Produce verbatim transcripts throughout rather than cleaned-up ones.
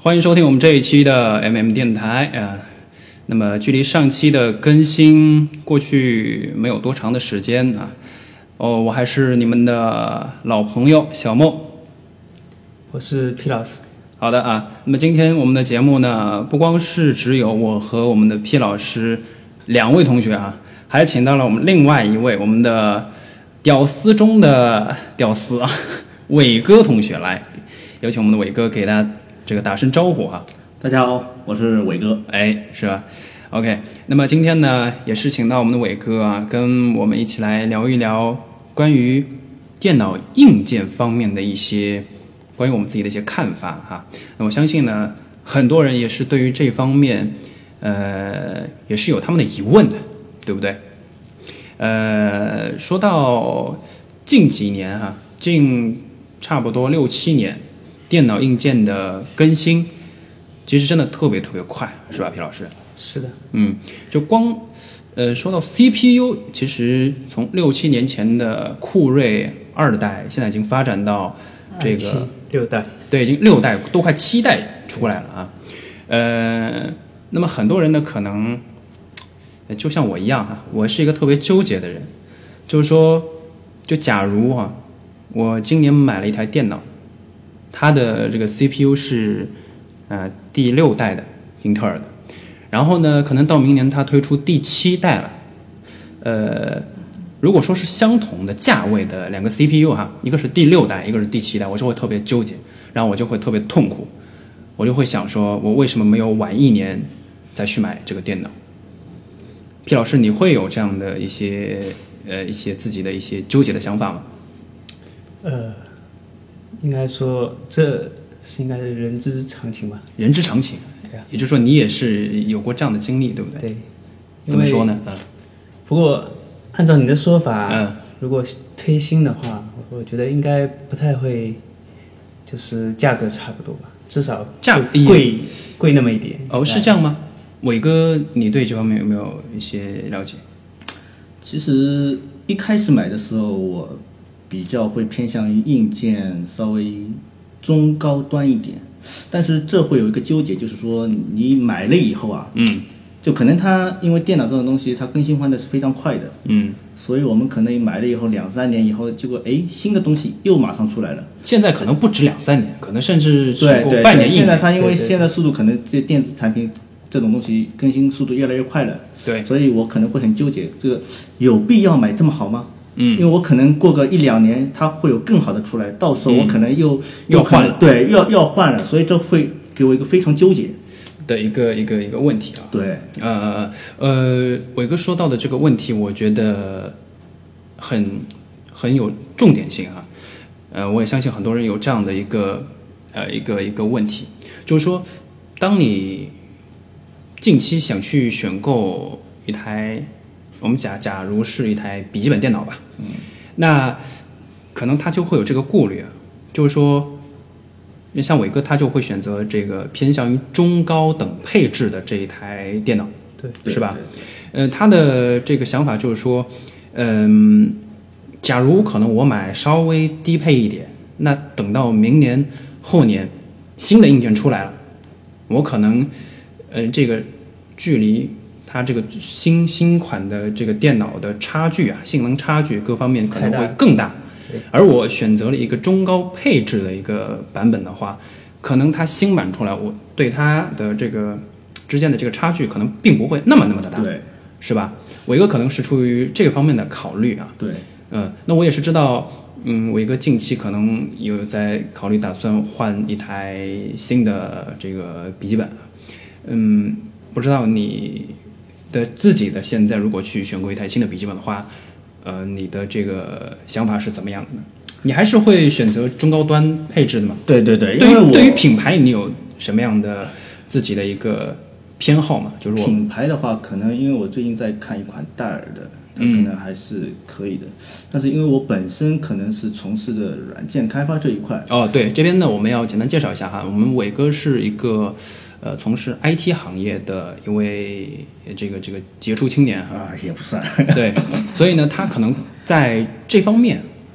欢迎收听我们这一期的 M M 电台啊。那么距离上期的更新过去没有多长的时间啊。哦，我还是你们的老朋友小梦， 我是 P 老师。 好的啊，那么今天我们的节目呢，不光是只有我和我们的 P 老师两位同学啊，还请到了我们另外一位我们的屌丝中的屌丝啊，伟哥同学来，有请我们的伟哥给大家这个打声招呼啊。 大家好，我是伟哥。 哎，是吧 ？OK， 那么今天呢，也是请到我们的伟哥啊，跟我们一起来聊一聊关于电脑硬件方面的一些关于我们自己的一些看法哈。那我相信呢，很多人也是对于这方面，呃，也是有他们的疑问的，对不对？呃，说到近几年哈，近差不多六七年，电脑硬件的更新，其实真的特别特别快，是吧，皮老师？ 是的， 嗯，就光呃说到 C P U， 其实从六七年前的酷睿二代，现在已经发展到这个六代， 对，已经六代都快七代出来了啊。呃，那么很多人呢，可能就像我一样哈、啊，我是一个特别纠结的人，就是说，就假如啊，我今年买了一台电脑，它的这个 C P U 是呃第六代的英特尔的。然后呢，可能到明年它推出第七代了，呃，如果说是相同的价位的两个 C P U 哈，一个是第六代，一个是第七代，我就会特别纠结，然后我就会特别痛苦，我就会想说，我为什么没有晚一年再去买这个电脑 ？P 老师，你会有这样的一些呃一些自己的一些纠结的想法吗？ 呃，应该说这是应该是人之常情吧。 人之常情。也就是说，你也是有过这样的经历，对不对？ 对。 怎么说呢？嗯。 不过，按照你的说法， 嗯， 如果推新的话，我觉得应该不太会，就是价格差不多吧，至少价贵贵那么一点。 哦，是这样吗？伟哥，你对这方面有没有一些了解？ 其实一开始买的时候，我比较会偏向于硬件稍微中高端一点。但是这会有一个纠结，就是说你买了以后啊， 嗯， 就可能它因为电脑这种东西，它更新换的是非常快的， 嗯， 所以我们可能买了以后两三年以后，结果哎新的东西又马上出来了。 现在可能不止两三年，可能甚至只对对过半年一年。 现在它因为现在速度可能这电子产品这种东西更新速度越来越快了， 对， 所以我可能会很纠结，这个有必要买这么好吗？ 嗯， 因为我可能过个一两年，它会有更好的出来，到时候我可能又、嗯、 又换了， 对，又要要换了，所以这会给我一个非常纠结的一个一个一个问题啊。 对， 呃呃，伟哥说到的这个问题，我觉得很很有重点性啊。呃，我也相信很多人有这样的一个呃一个一个问题，就是说，当你近期想去选购一台。我们假假如是一台笔记本电脑吧，嗯，那可能他就会有这个顾虑啊，就是说，像伟哥他就会选择这个偏向于中高等配置的这一台电脑， 对， 是吧？呃，他的这个想法就是说，嗯、呃，假如可能我买稍微低配一点，那等到明年后年新的硬件出来了，我可能，呃，这个距离。它这个新新款的这个电脑的差距啊，性能差距各方面可能会更大。而我选择了一个中高配置的一个版本的话，可能它新版出来，我对它的这个之间的这个差距可能并不会那么那么的大， 对， 是吧？伟哥可能是出于这个方面的考虑啊。 对， 嗯，那我也是知道，嗯，伟哥近期可能有在考虑打算换一台新的这个笔记本，嗯，不知道你。的自己的现在如果去选购一台新的笔记本的话，呃，你的这个想法是怎么样的呢？你还是会选择中高端配置的吗？ 对对对， 因为我对于品牌你有什么样的自己的一个偏好吗？就是我品牌的话，可能因为我最近在看一款戴尔的，它可能还是可以的、嗯。但是因为我本身可能是从事的软件开发这一块。 哦，对，这边呢我们要简单介绍一下哈，我们伟哥是一个。呃，从事 I T 行业的一位这个这个杰出青年啊，也不算对，所以呢，他可能在这方面，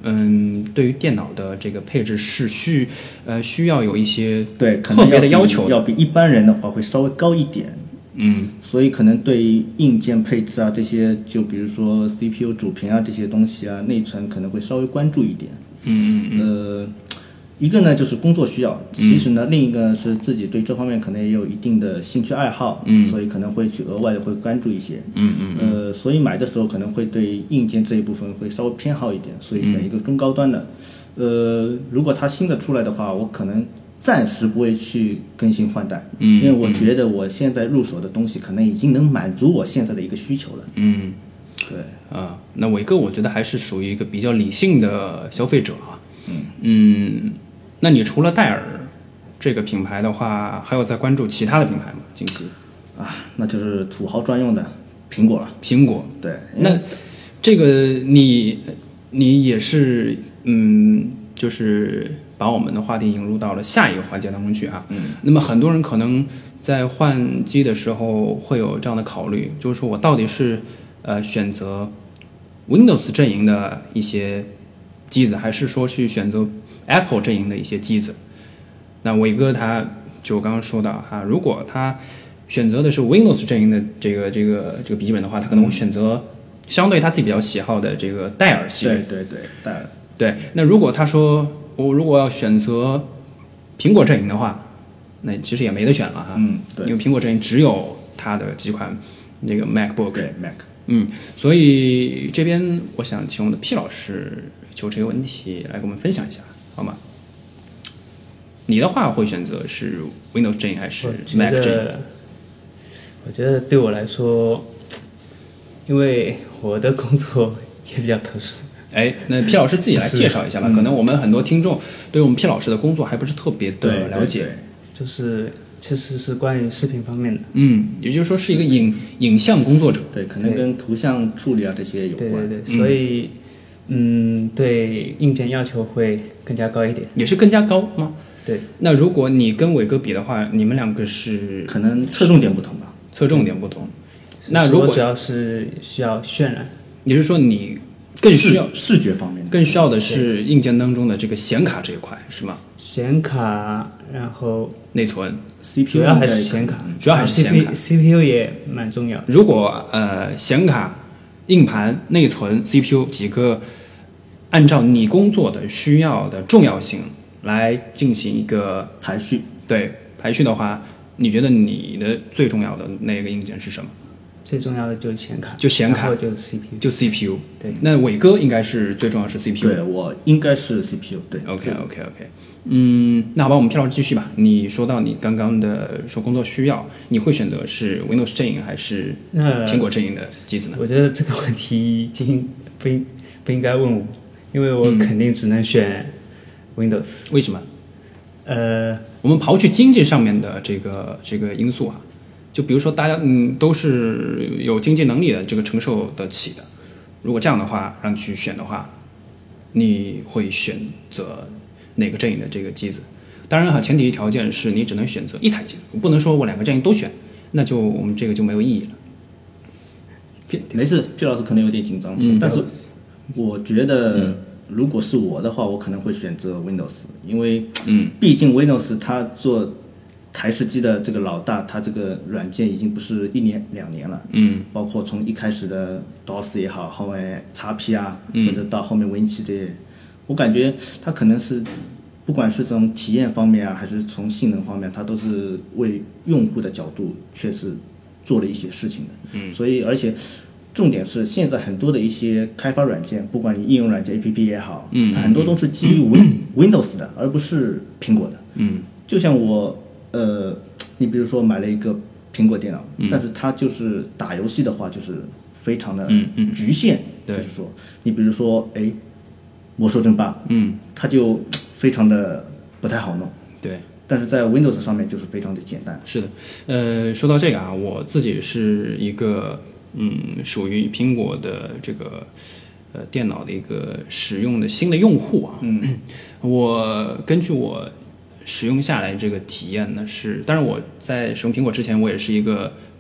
嗯，对于电脑的这个配置是需呃需要有一些对可能特别的要求， 要比一般人的话会稍微高一点。 嗯， 所以可能对于硬件配置啊这些，就比如说 C P U 主频啊这些东西啊，内存可能会稍微关注一点。 嗯嗯嗯。 呃，一个呢就是工作需要，其实呢、嗯、另一个是自己对这方面可能也有一定的兴趣爱好， 嗯， 所以可能会去额外的会关注一些。 嗯嗯嗯。呃，所以买的时候可能会对硬件这一部分会稍微偏好一点，所以选一个中高端的。嗯、呃，如果它新的出来的话，我可能暂时不会去更新换代， 嗯， 因为我觉得我现在入手的东西可能已经能满足我现在的一个需求了。 嗯， 对啊，那伟哥我觉得还是属于一个比较理性的消费者啊。 嗯嗯，那你除了戴尔这个品牌的话，还有在关注其他的品牌吗？近期啊，那就是土豪专用的苹果了。 苹果， 对， 那这个你你也是嗯，就是把我们的话题引入到了下一个环节当中去啊。 嗯， 那么很多人可能在换机的时候会有这样的考虑，就是说我到底是呃选择 Windows 阵营的一些机子，还是说去选择 Apple 阵营的一些机子？那伟哥他就刚刚说到哈，如果他选择的是 Windows 阵营的这个这个这个笔记本的话，他可能会选择相对他自己比较喜好的这个戴尔系列。 对对对，戴尔。 对，那如果他说我如果要选择苹果阵营的话，那其实也没得选了哈。 嗯，对， 因为苹果阵营只有它的几款那个 MacBook。 对 Mac。 嗯，所以这边我想请我们的 P 老师就这个问题来给我们分享一下，好吗？你的话会选择是 Windows 阵营还是 Mac 阵营？ 我觉得对我来说，因为我的工作也比较特殊。 哎，那 P 老师自己来介绍一下吧。可能我们很多听众对我们 P 老师的工作还不是特别的了解。 对对对， 就是其实是关于视频方面的。 嗯，也就是说是一个影影像工作者。 对，可能跟图像处理啊这些有关。 对对对，所以嗯，对硬件要求会更加高一点。 也是更加高吗？ 对。 那如果你跟伟哥比的话，你们两个是可能侧重点不同吧。 侧重点不同。那如果主要是需要渲染， 也就是说你更需要视觉方面的， 更需要的是硬件当中的这个显卡这一块，是吗？ 显卡，然后内存 ，C P U 主要还是显卡， 主要还是显卡 ，C P U 也蛮重要。 如果呃显卡、硬盘、内存、C P U 几个按照你工作的需要的重要性来进行一个排序， 对排序的话，你觉得你的最重要的那个硬件是什么？ 最重要的就是显卡， 就显卡， 然后就是 C P U， 就 C P U。 对， 那伟哥应该是最重要是 C P U。 对，我应该是 C P U。对 ，OK OK OK。嗯，那好吧，我们 P 老师继续吧。你说到你刚刚的说工作需要，你会选择是 Windows 阵营还是苹果阵营的机子呢？ 我觉得这个问题已经不应不应该问我，因为我肯定只能选 Windows。 嗯、为什么？ 呃， 我们刨去经济上面的这个这个因素啊。就比如说，大家嗯都是有经济能力的，这个承受得起的。如果这样的话，让你去选的话，你会选择哪个阵营的这个机子？当然哈，前提条件是你只能选择一台机子，我不能说我两个阵营都选，那就我们这个就没有意义了。 没事，毕老师可能有点紧张，嗯、但是我觉得、嗯、如果是我的话，我可能会选择 Windows， 因为嗯，毕竟 Windows 它做台式机的这个老大，它这个软件已经不是一年两年了， 嗯， 包括从一开始的 D O S 也好，后面 X P 啊， 嗯、 或者到后面 Win 七这些，我感觉它可能是不管是从体验方面啊，还是从性能方面，它都是为用户的角度确实做了一些事情的， 嗯， 所以而且重点是现在很多的一些开发软件，不管你应用软件 A P P 也好， 嗯， 它很多都是基于 Win Windows 的，而不是苹果的， 嗯， 就像我。呃，你比如说买了一个苹果电脑， 嗯、 但是它就是打游戏的话，就是非常的局限。 嗯嗯、 就是说，你比如说，哎，魔兽争霸， 嗯， 它就非常的不太好弄。 对。 但是在 Windows 上面就是非常的简单。 是的，呃，说到这个啊，我自己是一个嗯，属于苹果的这个呃电脑的一个使用的新的用户啊。 嗯， 我根据我。使用下来这个体验呢是，当然我在使用苹果之前，我也是一个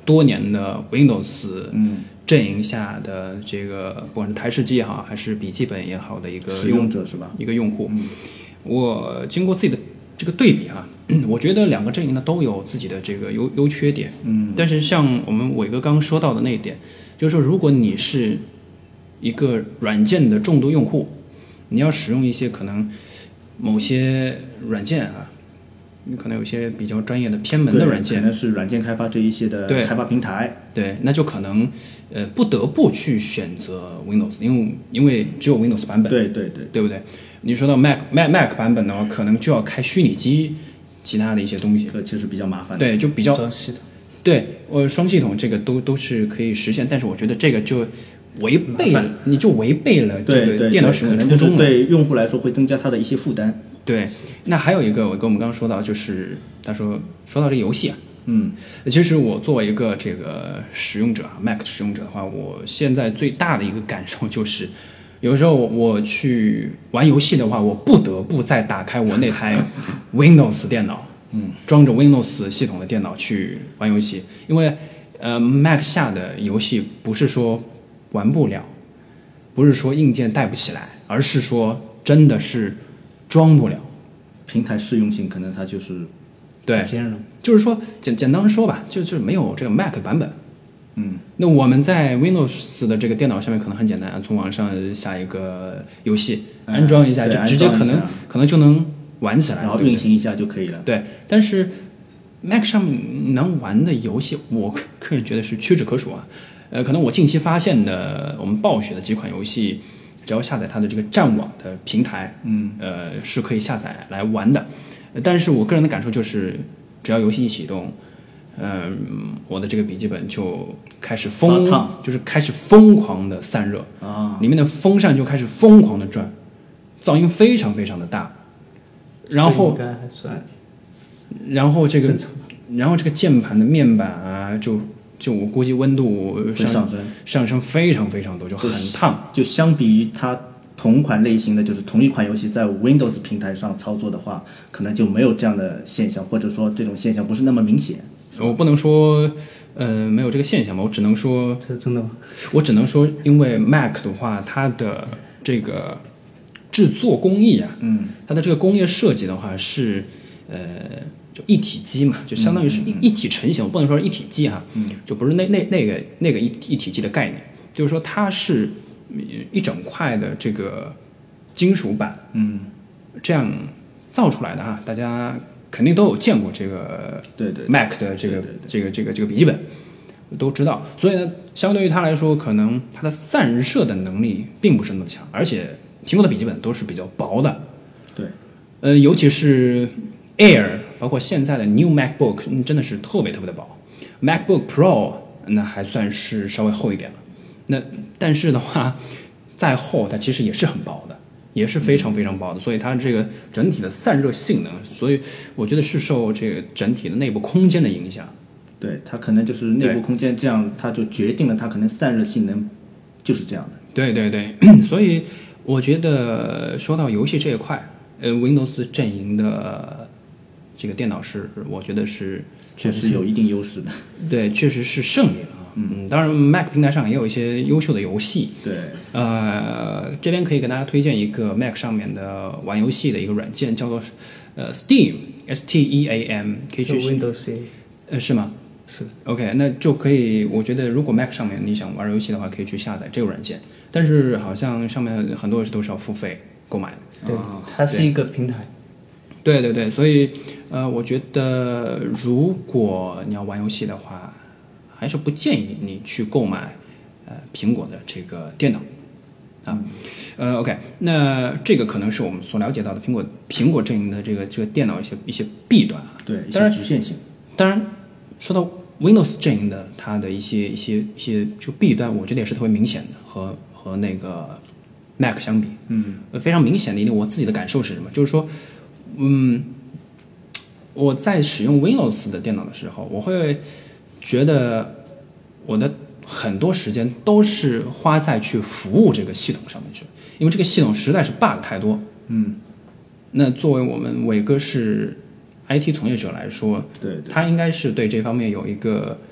多年的 Windows 嗯阵营下的这个，不管是台式机也好，还是笔记本也好的一个使用者是吧？ 一个用户，嗯、我经过自己的这个对比哈，我觉得两个阵营呢都有自己的这个优优缺点。 嗯， 但是像我们伟哥刚刚说到的那一点，就是说如果你是一个软件的重度用户，你要使用一些可能某些软件啊。你可能有一些比较专业的偏门的软件， 可能是软件开发这一些的开发平台， 对，那就可能呃不得不去选择 Windows， 因为因为只有 Windows 版本， 对对对， 对不对？你说到 Mac Mac Mac 版本的话，可能就要开虚拟机，其他的一些东西， 这其实比较麻烦， 对，就比较装系统， 对，我双系统这个都都是可以实现，但是我觉得这个就违背了，你就违背了这个电脑使用的初衷了， 对用户来说会增加他的一些负担。 对，那还有一个，我跟我们刚刚说到，就是他说说到这个游戏啊， 嗯， 其实我作为一个这个使用者啊 ，Mac 使用者的话，我现在最大的一个感受就是，有时候我去玩游戏的话，我不得不再打开我那台 Windows 电脑，嗯，装着 Windows 系统的电脑去玩游戏，因为呃 Mac 下的游戏不是说玩不了，不是说硬件带不起来，而是说真的是。装不了， 平台适用性可能它就是对，就是说简简单说吧，就是没有这个 Mac 版本。 嗯， 那我们在 Windows 的这个电脑上面可能很简单啊，从网上下一个游戏， 嗯、 安装一下就直接可能可能就能玩起来， 然后运行一下就可以了。 对，但是 Mac 上面能玩的游戏，我个人觉得是屈指可数啊。呃，可能我近期发现的我们暴雪的几款游戏。只要下载它的这个战网的平台， 嗯， 呃，是可以下载来玩的。但是我个人的感受就是，只要游戏一启动，嗯、呃，我的这个笔记本就开始疯，就是开始疯狂的散热啊， 里面的风扇就开始疯狂的转，噪音非常非常的大。然后， 应该还算， 然后这个，然后这个键盘的面板啊，就。就我估计温度上上升上升非常非常多，就很烫。 就相比于它同款类型的，就是同一款游戏在 Windows 平台上操作的话，可能就没有这样的现象，或者说这种现象不是那么明显。 我不能说呃没有这个现象吧，我只能说这真的吗？ 我只能说，因为 Mac 的话，它的这个制作工艺啊， 嗯， 它的这个工业设计的话是呃。就一体机嘛，就相当于是一、嗯、一体成型，我不能说是一体机哈， 嗯， 就不是那那那个那个一一体机的概念，就是说它是一整块的这个金属板， 嗯， 这样造出来的哈，大家肯定都有见过这个对对 Mac 的这个对对对这个这个这个笔记本，都知道，所以呢，相对于它来说，可能它的散热的能力并不是那么强，而且苹果的笔记本都是比较薄的， 对， 呃，尤其是 Air。包括现在的 New MacBook，嗯，真的是特别特别的薄。MacBook Pro 那还算是稍微厚一点了，那但是的话，再厚它其实也是很薄的，也是非常非常薄的，所以它这个整体的散热性能，所以我觉得是受这个整体的内部空间的影响。 对，它可能就是内部空间这样，它就决定了它可能散热性能就是这样的。 对对对，所以我觉得说到游戏这一块，呃 ，Windows 阵营的。这个电脑是，我觉得是确实有一定优势的。 对，确实是胜利了啊。嗯，当然 Mac 平台上也有一些优秀的游戏。 对， 呃，这边可以给大家推荐一个 Mac 上面的玩游戏的一个软件，叫做呃 Steam，S T E A M， 可以去 Windows A， 呃，是吗？ 是。 OK， 那就可以。我觉得如果 Mac 上面你想玩游戏的话，可以去下载这个软件，但是好像上面很多都是要付费购买的。 对，它是一个平台。 对对对，所以呃，我觉得如果你要玩游戏的话，还是不建议你去购买呃苹果的这个电脑啊。呃 ，OK， 那这个可能是我们所了解到的苹果苹果阵营的这个这个电脑一些一些弊端啊。 对，一些局限性。 当然，说到 Windows 阵营的它的一些一些一些就弊端，我觉得也是特别明显的，和和那个 Mac 相比， 嗯， 非常明显的一点，我自己的感受是什么？就是说。嗯，我在使用 Windows 的电脑的时候，我会觉得我的很多时间都是花在去服务这个系统上面去，因为这个系统实在是 bug 太多。 嗯， 那作为我们伟哥是 I T 从业者来说， 对， 他应该是对这方面有一个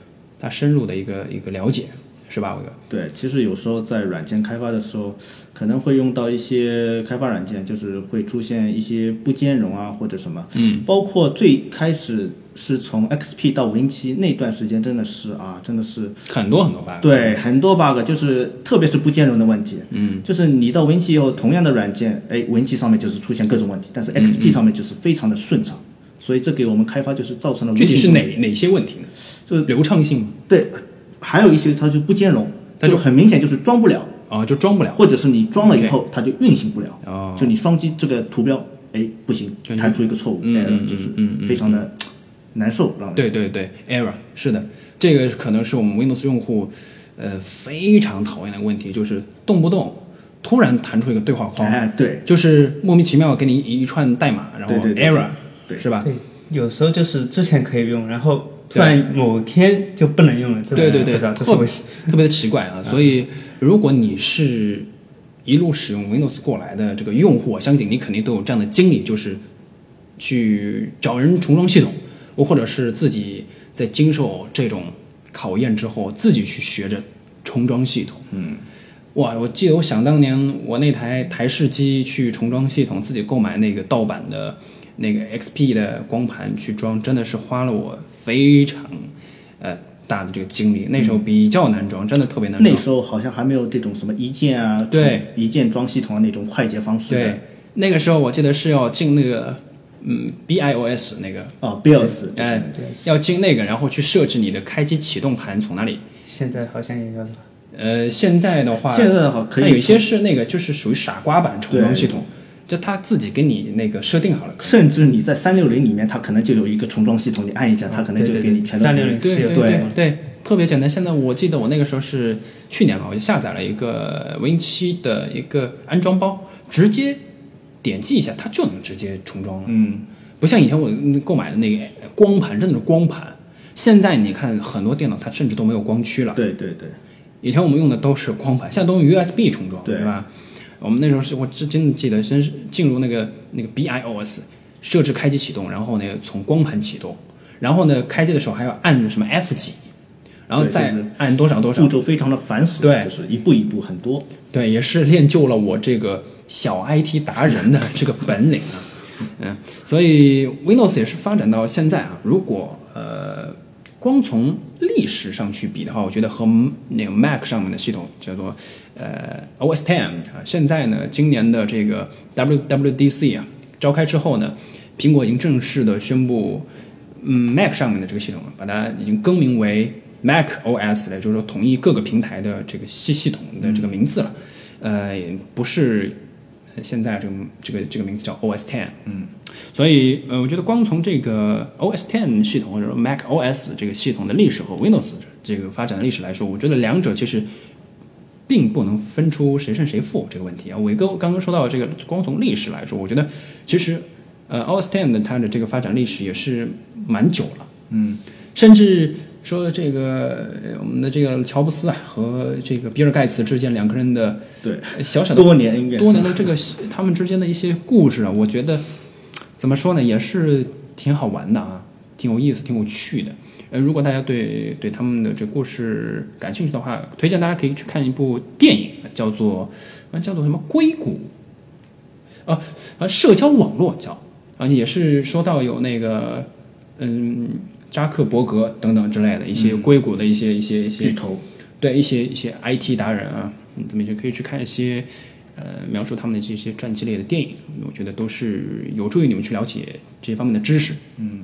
它深入的一个一个了解，是吧，伟哥？ 对，其实有时候在软件开发的时候，可能会用到一些开发软件，就是会出现一些不兼容啊或者什么， 嗯， 包括最开始是从 X P 到 Win 七那段时间，真的是啊，真的是很多很多 bug， 对，很多 bug， 就是特别是不兼容的问题， 嗯， 就是你到 Win 七以后，同样的软件，哎 ，Win 七上面就是出现各种问题，但是 X P 上面就是非常的顺畅，嗯、所以这给我们开发就是造成了具体是哪哪些问题呢？ 就是流畅性， 对，还有一些它就不兼容，它就很明显就是装不了。 哦，就装不了， 或者是你装了以后它就运行不了， 哦， 就你双击这个图标，哎，不行，弹出一个错误， 嗯哎，就是非常的难受，让人。 对对对 ，error 是的，这个可能是我们 Windows 用户呃非常讨厌的问题，就是动不动突然弹出一个对话框， 哎，对， 就是莫名其妙给你一串代码，然后 error， 对， 是吧？ 对，有时候就是之前可以用，然后突然某天就不能用了， 对对对， 不知道这是为什么， 特别的奇怪啊。所以如果你是一路使用 Windows 过来的这个用户，我相信你肯定都有这样的经历，就是去找人重装系统，或者是自己在经受这种考验之后，自己去学着重装系统。 嗯， 哇，我记得我想当年我那台台式机去重装系统，自己购买那个盗版的那个 X P 的光盘去装，真的是花了我非常呃大的这个精力。那时候比较难装，真的特别难装。 那时候好像还没有这种什么一键啊， 对， 一键装系统的那种快捷方式。 对，那个时候我记得是要进那个嗯 B I O S 那个哦 B I O S， 哎，要进那个，然后去设置你的开机启动盘从哪里。 现在好像也要。 呃，现在的话， 现在的话可以， 它有一些是那个就是属于傻瓜版重装系统。就他自己给你那个设定好了， 甚至你在三六零里面，它可能就有一个重装系统，你按一下，它可能就给你全都三六零对对对对，特别简单。现在我记得我那个时候是去年嘛，我就下载了一个 Win 七的一个安装包，直接点击一下，它就能直接重装了。 嗯， 不像以前我购买的那个光盘，真的是光盘。现在你看很多电脑，它甚至都没有光驱了。 对对对， 以前我们用的都是光盘，现在都用 U S B 重装，对吧？我们那时候是我真的记得，先是进入那个那个 B I O S 设置开机启动，然后呢从光盘启动，然后呢开机的时候还要按什么 F 几，然后再按多少多少， 步骤非常的繁琐， 对， 就是一步一步很多。 对，也是练就了我这个小 I T 达人的这个本领啊。嗯，所以 Windows 也是发展到现在啊，如果呃光从历史上去比的话，我觉得和那个 Mac 上面的系统叫做呃 O S X 啊，现在呢，今年的这个 W W D C 啊召开之后呢，苹果已经正式的宣布，嗯 Mac 上面的这个系统把它已经更名为 Mac O S 了，就是说统一各个平台的这个系系统的这个名字了，呃，不是现在这个这个这个名字叫 O S X， 嗯。所以，呃，我觉得光从这个 O S X 系统或者说 Mac O S 这个系统的历史和 Windows 这个发展的历史来说，我觉得两者其实并不能分出谁胜谁负这个问题啊。伟哥刚刚说到这个，光从历史来说，我觉得其实呃 O S X 的它的这个发展历史也是蛮久了， 嗯， 甚至说这个我们的这个乔布斯啊和这个比尔盖茨之间两个人的对小小的多年应该多年的这个他们之间的一些故事啊，我觉得。怎么说呢，也是挺好玩的啊，挺有意思，挺有趣的。呃，如果大家对对他们的这故事感兴趣的话，推荐大家可以去看一部电影，叫做啊叫做什么硅谷，啊啊社交网络叫啊，也是说到有那个嗯扎克伯格等等之类的一些硅谷的一些、嗯、一些一些巨头， 对一些一些 I T 达人啊，嗯，怎么也可以去看一些。呃，描述他们的这些传记类的电影，我觉得都是有助于你们去了解这些方面的知识。 嗯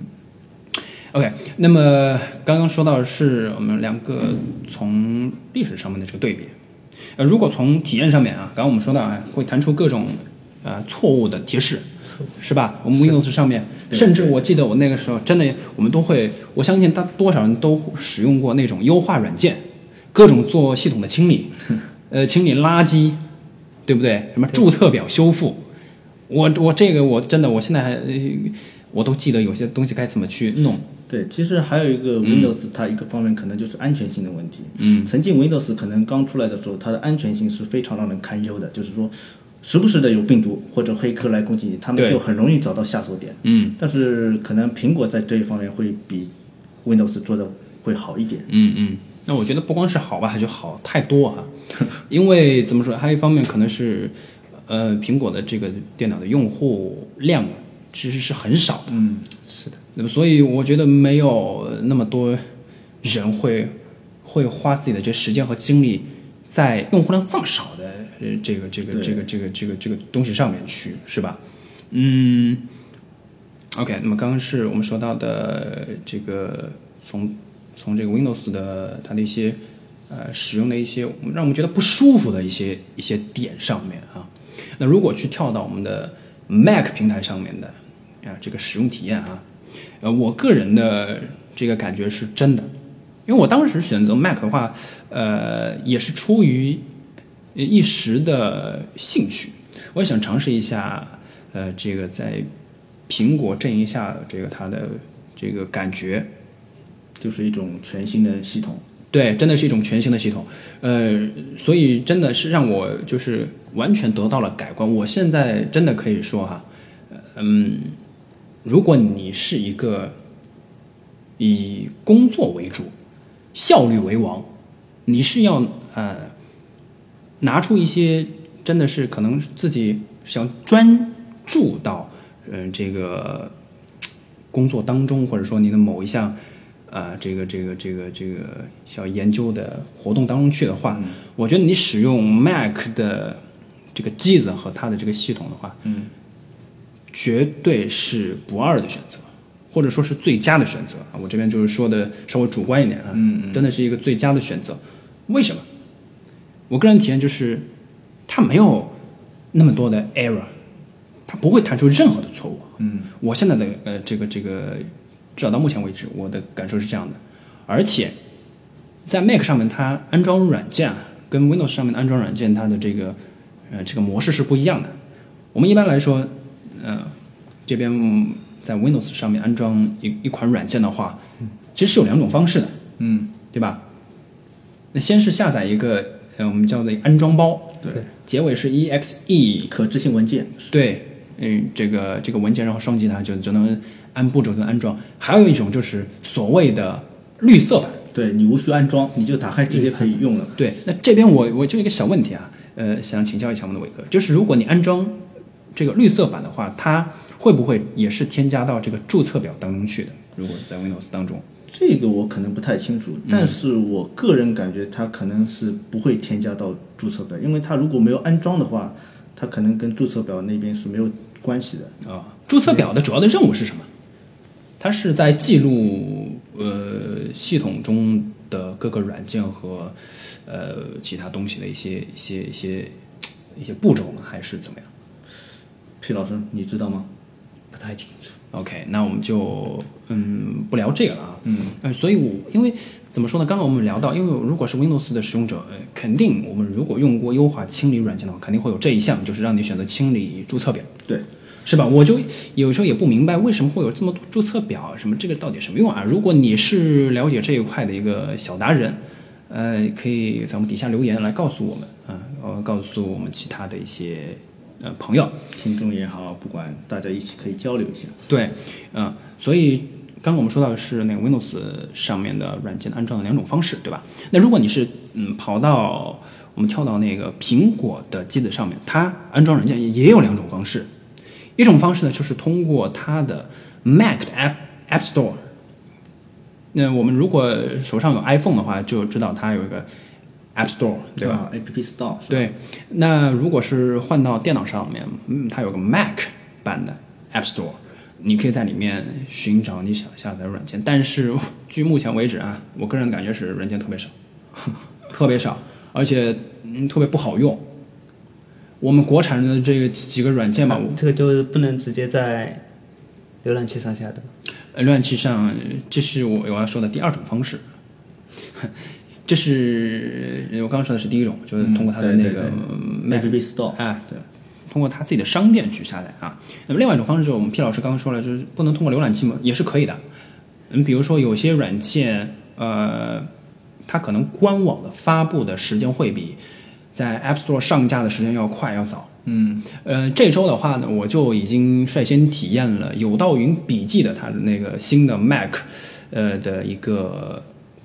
，OK， 那么刚刚说到的是我们两个从历史上面的这个对比。呃，如果从体验上面啊，刚刚我们说到啊，会弹出各种呃错误的提示，是吧？我们 Windows 上面，甚至我记得我那个时候真的，我们都会，我相信大多少人都使用过那种优化软件，各种做系统的清理，呃，清理垃圾。对不对？什么注册表修复，我我这个我真的我现在还我都记得有些东西该怎么去弄。 对，其实还有一个 Windows，、嗯、它一个方面可能就是安全性的问题。 嗯， 曾经 Windows 可能刚出来的时候，它的安全性是非常让人堪忧的，就是说时不时的有病毒或者黑客来攻击你，他们就很容易找到下手点。 嗯， 但是可能苹果在这一方面会比 Windows 做的会好一点。 嗯嗯，那我觉得不光是好吧，就好太多啊。因为怎么说，还有一方面可能是，呃，苹果的这个电脑的用户量其实是很少的。 嗯，是的。 那么，所以我觉得没有那么多人会会花自己的这时间和精力在用户量这么少的呃这个这个这个这个这个这个东西上面去，是吧？嗯。OK， 那么刚刚是我们说到的这个从从这个 Windows 的它的一些呃使用的一些让我们觉得不舒服的一些一些点上面啊，那如果去跳到我们的 Mac 平台上面的啊这个使用体验啊，呃我个人的这个感觉是真的，因为我当时选择 Mac 的话，呃也是出于一时的兴趣，我也想尝试一下呃这个在苹果阵营下这个它的这个感觉， 就是一种全新的系统。 对，真的是一种全新的系统，呃，所以真的是让我就是完全得到了改观。我现在真的可以说哈，嗯，如果你是一个以工作为主、效率为王，你是要呃拿出一些真的是可能自己想专注到。嗯、呃，这个工作当中，或者说你的某一项，呃，这个这个这个这个小研究的活动当中去的话，嗯、我觉得你使用 Mac 的这个机子和它的这个系统的话， 嗯， 绝对是不二的选择，或者说是最佳的选择啊。我这边就是说的稍微主观一点啊， 嗯嗯， 真的是一个最佳的选择。为什么？我个人体验就是，它没有那么多的 error。它不会弹出任何的错误。 嗯， 我现在的呃这个这个，至少到目前为止，我的感受是这样的。而且，在 Mac 上面，它安装软件跟 Windows 上面的安装软件，它的这个呃这个模式是不一样的。我们一般来说，呃，这边在 Windows 上面安装一一款软件的话，其实是有两种方式的， 嗯， 对吧？那先是下载一个呃我们叫做安装包， 对， 结尾是 E X E 可执行文件， 对。嗯，这个这个文件然后双击它就就能按步骤的安装。还有一种就是所谓的绿色版， 对你无需安装，你就打开直接可以用了。 对，那这边我我就一个小问题啊，呃，想请教一下我们的伟哥，就是如果你安装这个绿色版的话，它会不会也是添加到这个注册表当中去的？如果在 Windows 当中， 这个我可能不太清楚，但是我个人感觉它可能是不会添加到注册表，因为它如果没有安装的话，它可能跟注册表那边是没有关系的啊。注册表的主要的任务是什么？它是在记录呃系统中的各个软件和呃其他东西的一些一些一些一些步骤吗？还是怎么样？ 皮老师，你知道吗？ 不太清楚。 OK， 那我们就嗯不聊这个了啊。 嗯， 呃，所以我因为怎么说呢？刚刚我们聊到，因为如果是 Windows 的使用者，呃，肯定我们如果用过优化清理软件的话，肯定会有这一项，就是让你选择清理注册表。 对， 是吧？我就有时候也不明白为什么会有这么多注册表，什么这个到底什么用啊？如果你是了解这一块的一个小达人，呃，可以在我们底下留言来告诉我们啊，呃，告诉我们其他的一些呃朋友、 听众也好，不管大家一起可以交流一下。 对，嗯、呃，所以刚刚我们说到的是那个 Windows 上面的软件安装的两种方式，对吧？那如果你是嗯跑到我们跳到那个苹果的机子上面，它安装软件也有两种方式。一种方式呢，就是通过它的 Mac 的 App App Store。那我们如果手上有 iPhone 的话，就知道它有一个 App Store， 对吧？ 啊 App Store。 对。那如果是换到电脑上面，嗯，它有个 Mac 版的 App Store， 你可以在里面寻找你想下载的软件。但是据目前为止啊，我个人感觉是软件特别少，特别少，而且嗯特别不好用。我们国产的这个几个软件嘛， 这个就是不能直接在浏览器上下的。 浏览器上，这是我我要说的第二种方式。这是我刚刚说的是第一种，就是通过它的那个 Mac Store， 哎，对，通过它自己的商店去下载啊。那么另外一种方式就是我们 P 老师刚刚说了，就是不能通过浏览器嘛，也是可以的。嗯，比如说有些软件，呃，它可能官网的发布的时间会比在 App Store 上架的时间要快要早。 嗯， 呃，这周的话呢，我就已经率先体验了有道云笔记的它的那个新的 Mac， 呃的一个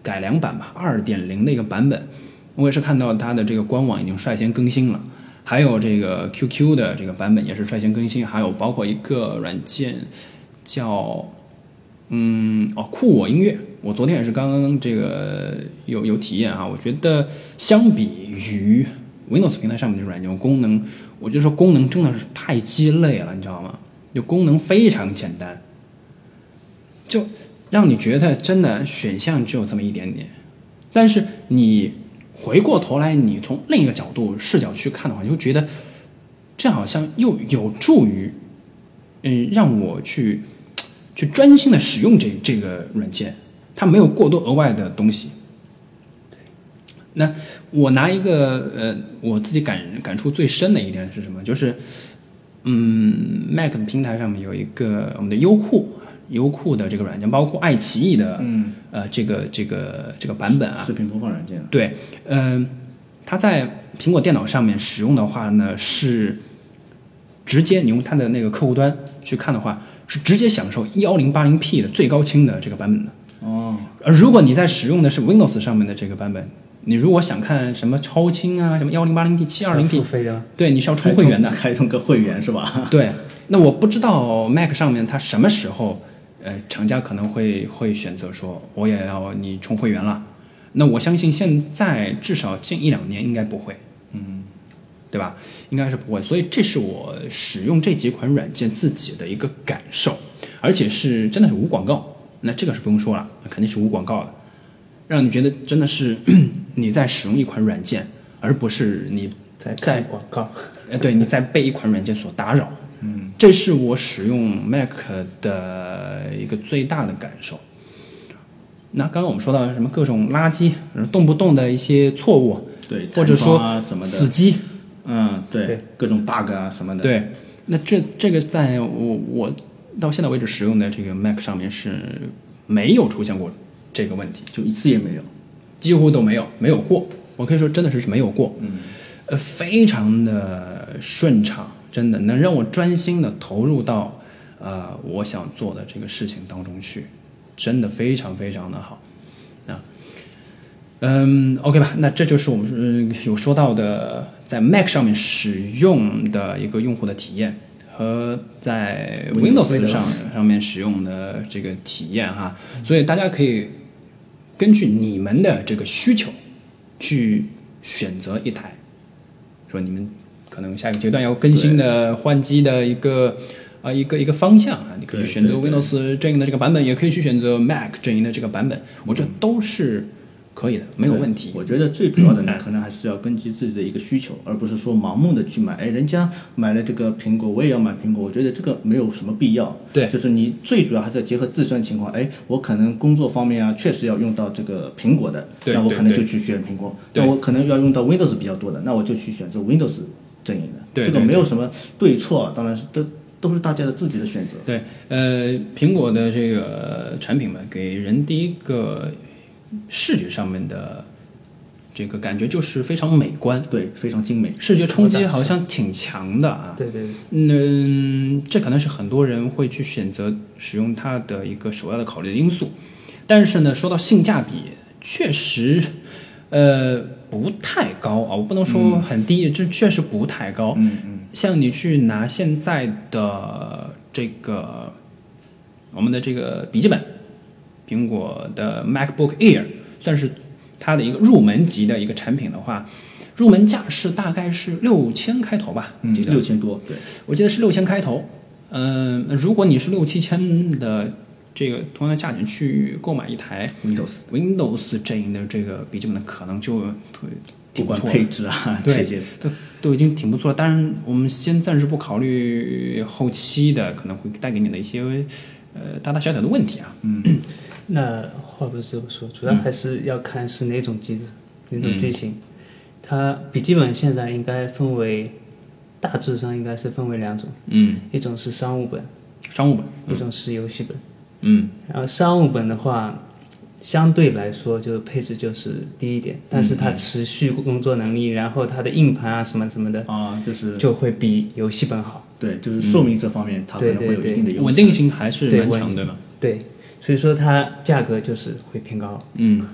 改良版吧， 二点零 的一个版本。我也是看到它的这个官网已经率先更新了，还有这个 Q Q 的这个版本也是率先更新，还有包括一个软件叫嗯哦酷我音乐，我昨天也是刚刚这个有有体验哈，我觉得相比于 Windows 平台上面的软件功能，我觉得说功能真的是太鸡肋了，你知道吗？就功能非常简单，就让你觉得真的选项只有这么一点点，但是你回过头来，你从另一个角度视角去看的话，你就觉得这好像又有助于，嗯，让我去去专心的使用这这个软件，它没有过多额外的东西。那我拿一个呃，我自己感感触最深的一点是什么？就是，嗯 ，Mac 的平台上面有一个我们的优酷，优酷的这个软件，包括爱奇艺的， 嗯， 呃，这个这个这个版本啊， 视频播放软件。 对，嗯、呃，它在苹果电脑上面使用的话呢，是直接你用它的那个客户端去看的话，是直接享受一零八零 P 的最高清的这个版本的。 哦， 而如果你在使用的是 Windows 上面的这个版本，你如果想看什么超清啊，什么一零八零 P、七二零 P， 付费的， 对，你是要充会员的， 开通个会员是吧？ 对，那我不知道 Mac 上面它什么时候，呃，厂家可能会会选择说，我也要你充会员了。那我相信现在至少近一两年应该不会， 嗯， 对吧？应该是不会。所以这是我使用这几款软件自己的一个感受，而且是真的是无广告。那这个是不用说了，肯定是无广告的。让你觉得真的是你在使用一款软件，而不是你在看广告。 呃，对，你在被一款软件所打扰。嗯，这是我使用 Mac 的一个最大的感受。那刚刚我们说到什么各种垃圾，动不动的一些错误， 对， 或者说啊什么的死机， 嗯，对， 对各种 bug 啊什么的。 对，那这这个在我我到现在为止使用的这个 Mac 上面是没有出现过这个问题， 就一次也没有， 几乎都没有，没有过。我可以说真的是没有过，嗯，呃，非常的顺畅，真的能让我专心的投入到呃我想做的这个事情当中去，真的非常非常的好啊。嗯 ，OK 吧，那这就是我们、呃、有说到的在 Mac 上面使用的一个用户的体验。和在 Windows 上上面使用的这个体验哈，所以大家可以根据你们的这个需求去选择一台，说你们可能下一个阶段要更新的换机的一个啊、呃、一个一个方向啊，你可以去选择 Windows 阵营的这个版本，也可以去选择 Mac 阵营的这个版本，我觉得都是可以的，没有问题。 我觉得最主要的呢，可能还是要根据自己的一个需求，而不是说盲目的去买。哎，人家买了这个苹果，我也要买苹果。我觉得这个没有什么必要。 对， 就是你最主要还是要结合自身情况。哎，我可能工作方面啊，确实要用到这个苹果的，那我可能就去选苹果。那我可能要用到 Windows 比较多的，那我就去选择 Windows 阵营的。 对， 这个没有什么对错，当然是都都是大家的自己的选择。 对，呃，苹果的这个产品嘛，给人第一个视觉上面的这个感觉就是非常美观， 对，非常精美， 视觉冲击好像挺强的啊。 对对对， 嗯，这可能是很多人会去选择使用它的一个首要的考虑的因素。但是呢，说到性价比，确实，呃，不太高啊。我不能说很低，这、嗯、确实不太高。 嗯嗯。 像你去拿现在的这个我们的这个笔记本，苹果的 MacBook Air 算是它的一个入门级的一个产品的话，入门价是大概是六千开头吧， 嗯，六千多，对， 我记得是六千开头。嗯、呃，如果你是六七千的这个同样的价钱去购买一台 Windows Windows 阵营的这个笔记本，可能就挺不错的， 配置啊， 对， 这些都都已经挺不错了。当然，我们先暂时不考虑后期的可能会带给你的一些呃大大小小的问题啊。 嗯。 那话不是这么说，主要还是要看是哪种机子、嗯、哪种机型。它笔记本现在应该分为，大致上应该是分为两种， 嗯， 一种是商务本， 商务本， 嗯、一种是游戏本， 嗯， 然后商务本的话，相对来说就是配置就是低一点，但是它持续工作能力，然后它的硬盘啊什么什么的啊，就是就会比游戏本好。 对，就是寿命这方面它可能会有一定的优势， 稳定性还是蛮强，对吗？ 对。所以说它价格就是会偏高， 嗯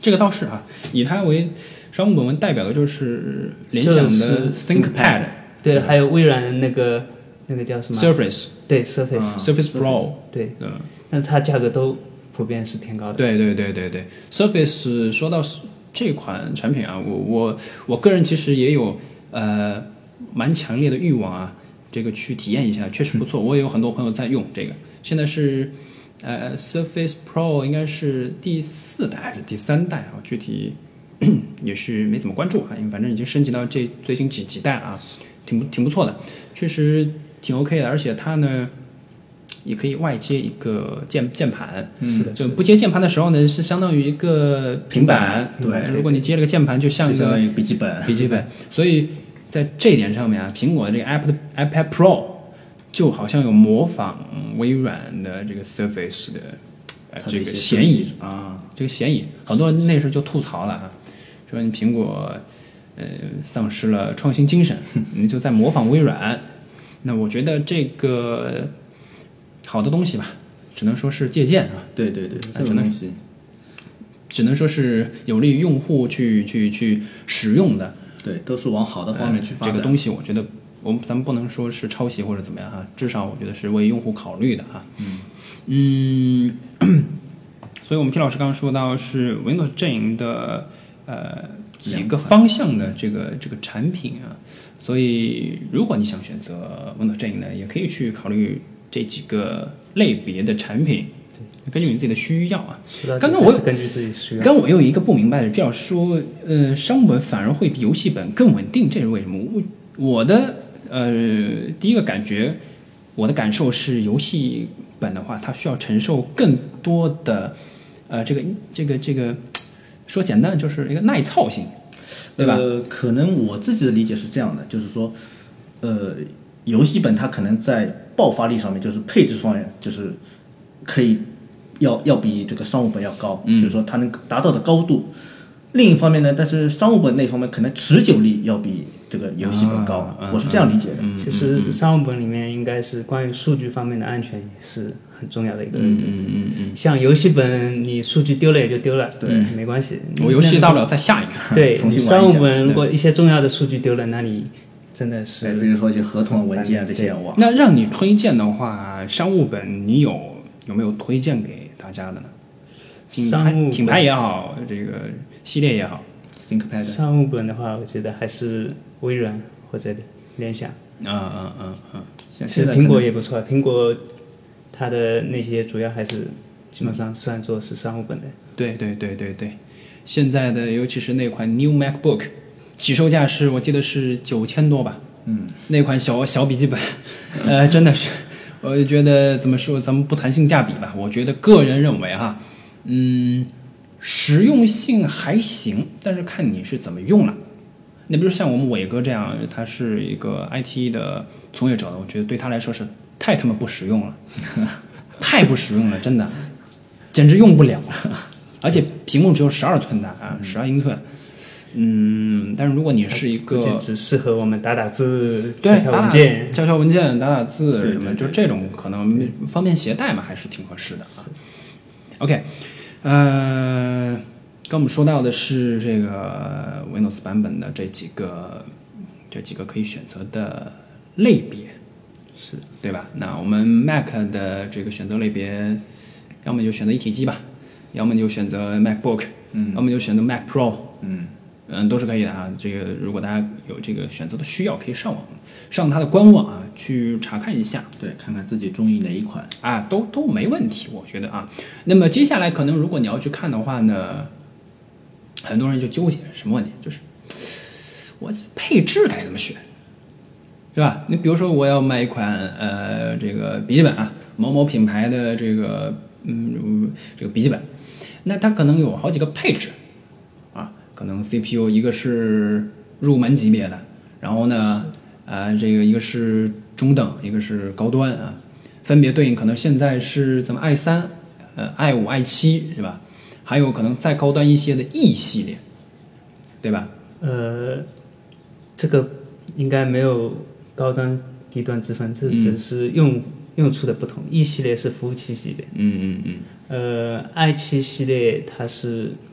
这个倒是啊，以它为商务本文代表的就是联想就的是 ThinkPad， 对，还有微软的那个那个叫什么 Surface， 对 Surface，、 啊 Surface Pro， 对， 嗯， 但它价格都普遍是偏高的。 对对对对对 ，Surface 说到这款产品啊，我我我个人其实也有呃蛮强烈的欲望啊，这个去体验一下，确实不错。我也有很多朋友在用这个，现在是呃 Surface Pro 应该是第四代还是第三代啊？具体也是没怎么关注啊，因为反正已经升级到这最新几几代了啊，挺不挺不错的，确实挺 OK 的，而且它呢。也可以外接一个键键盘， 是的， 就不接键盘的时候呢，是相当于一个平板。 平板对如果你接了个键盘，就像一个就相当于笔记本。 笔记本。所以在这一点上面啊，苹果的这个 iPad iPad Pro 就好像有模仿微软的这个 Surface 的呃这个嫌疑啊， 这个嫌疑。好多人那时候就吐槽了啊，说你苹果呃丧失了创新精神，你就在模仿微软。那我觉得这个。好的东西吧，只能说是借鉴啊。 对对对，这种东西只能说是有利于用户去去去使用的。 对，都是往好的方面去发展。 呃、这个东西，我觉得我们咱们不能说是抄袭或者怎么样啊，至少我觉得是为用户考虑的啊。嗯嗯，所以我们 P 老师刚刚说到是 Windows 阵营的呃几个方向的这个这个产品啊，所以如果你想选择 Windows 阵营呢，也可以去考虑。这几个类别的产品，根据你自己的需要啊。刚刚我根据自己需要。 刚刚我有一个不明白的，毕老师说，呃，商务本反而会比游戏本更稳定，这是为什么？我我的呃第一个感觉，我的感受是，游戏本的话，它需要承受更多的呃这个这个这个，说简单就是一个耐操性，对吧？ 呃，可能我自己的理解是这样的，就是说，呃，游戏本它可能在爆发力上面，就是配置方面，就是可以要要比这个商务本要高， 嗯、 就是说它能达到的高度。另一方面呢，但是商务本那方面可能持久力要比这个游戏本高， 啊、 我是这样理解的。 嗯、 其实商务本里面应该是关于数据方面的安全也是很重要的一个。 嗯嗯嗯嗯。 像游戏本，你数据丢了也就丢了， 对， 没关系。 我游戏大不了再下一个。 对， 重新玩一下。 商务本如果一些重要的数据丢了，那你。真的是， 比如说一些合同文件啊这些，哇。 那让你推荐的话，商务本你有有没有推荐给大家的呢？ 商务品牌也好，这个系列也好 ，ThinkPad。 商务本的话，我觉得还是微软或者联想。 啊啊啊啊！ 其实苹果也不错，苹果它的那些主要还是基本上算作是商务本的。 对对对对对，现在的尤其是那款 New MacBook。起售价是我记得是九千多吧， 嗯， 那款小小笔记本，呃，真的是，我觉得怎么说，咱们不谈性价比吧，我觉得个人认为哈，嗯，实用性还行，但是看你是怎么用了。那比如像我们伟哥这样，他是一个 I T 的从业者呢，我觉得对他来说是太他妈不实用了，太不实用了，真的，简直用不了，而且屏幕只有十二寸的啊，十二英寸。嗯，但是如果你是一个， 就只适合我们打打字、 对， 敲敲文件、 敲敲文件、打打字什么， 对对对就这种可能方便携带嘛，还是挺合适的啊。OK， 呃，刚我们说到的是这个 Windows 版本的这几个这几个可以选择的类别， 是对吧？那我们 Mac 的这个选择类别，要么就选择一体机吧，要么就选择 MacBook， 嗯， 要么就选择 Mac Pro， 嗯。 嗯，都是可以的啊。这个如果大家有这个选择的需要，可以上网上它的官网啊，去查看一下。 对，看看自己中意哪一款啊，都都没问题，我觉得啊。那么接下来可能如果你要去看的话呢，很多人就纠结什么问题，就是我配置该怎么选，是吧？你比如说我要买一款呃这个笔记本啊，某某品牌的这个嗯这个笔记本，那它可能有好几个配置。可能 C P U 一个是入门级别的，然后呢，呃，这个一个是中等，一个是高端啊，分别对应可能现在是咱们 i 三、呃 i 五、i 七是吧？还有可能再高端一些的 E 系列，对吧？ 呃，这个应该没有高端低端之分，这只是用、嗯、用处的不同。E 系列是服务器系列， 嗯嗯嗯， 呃 ，i 七系列它是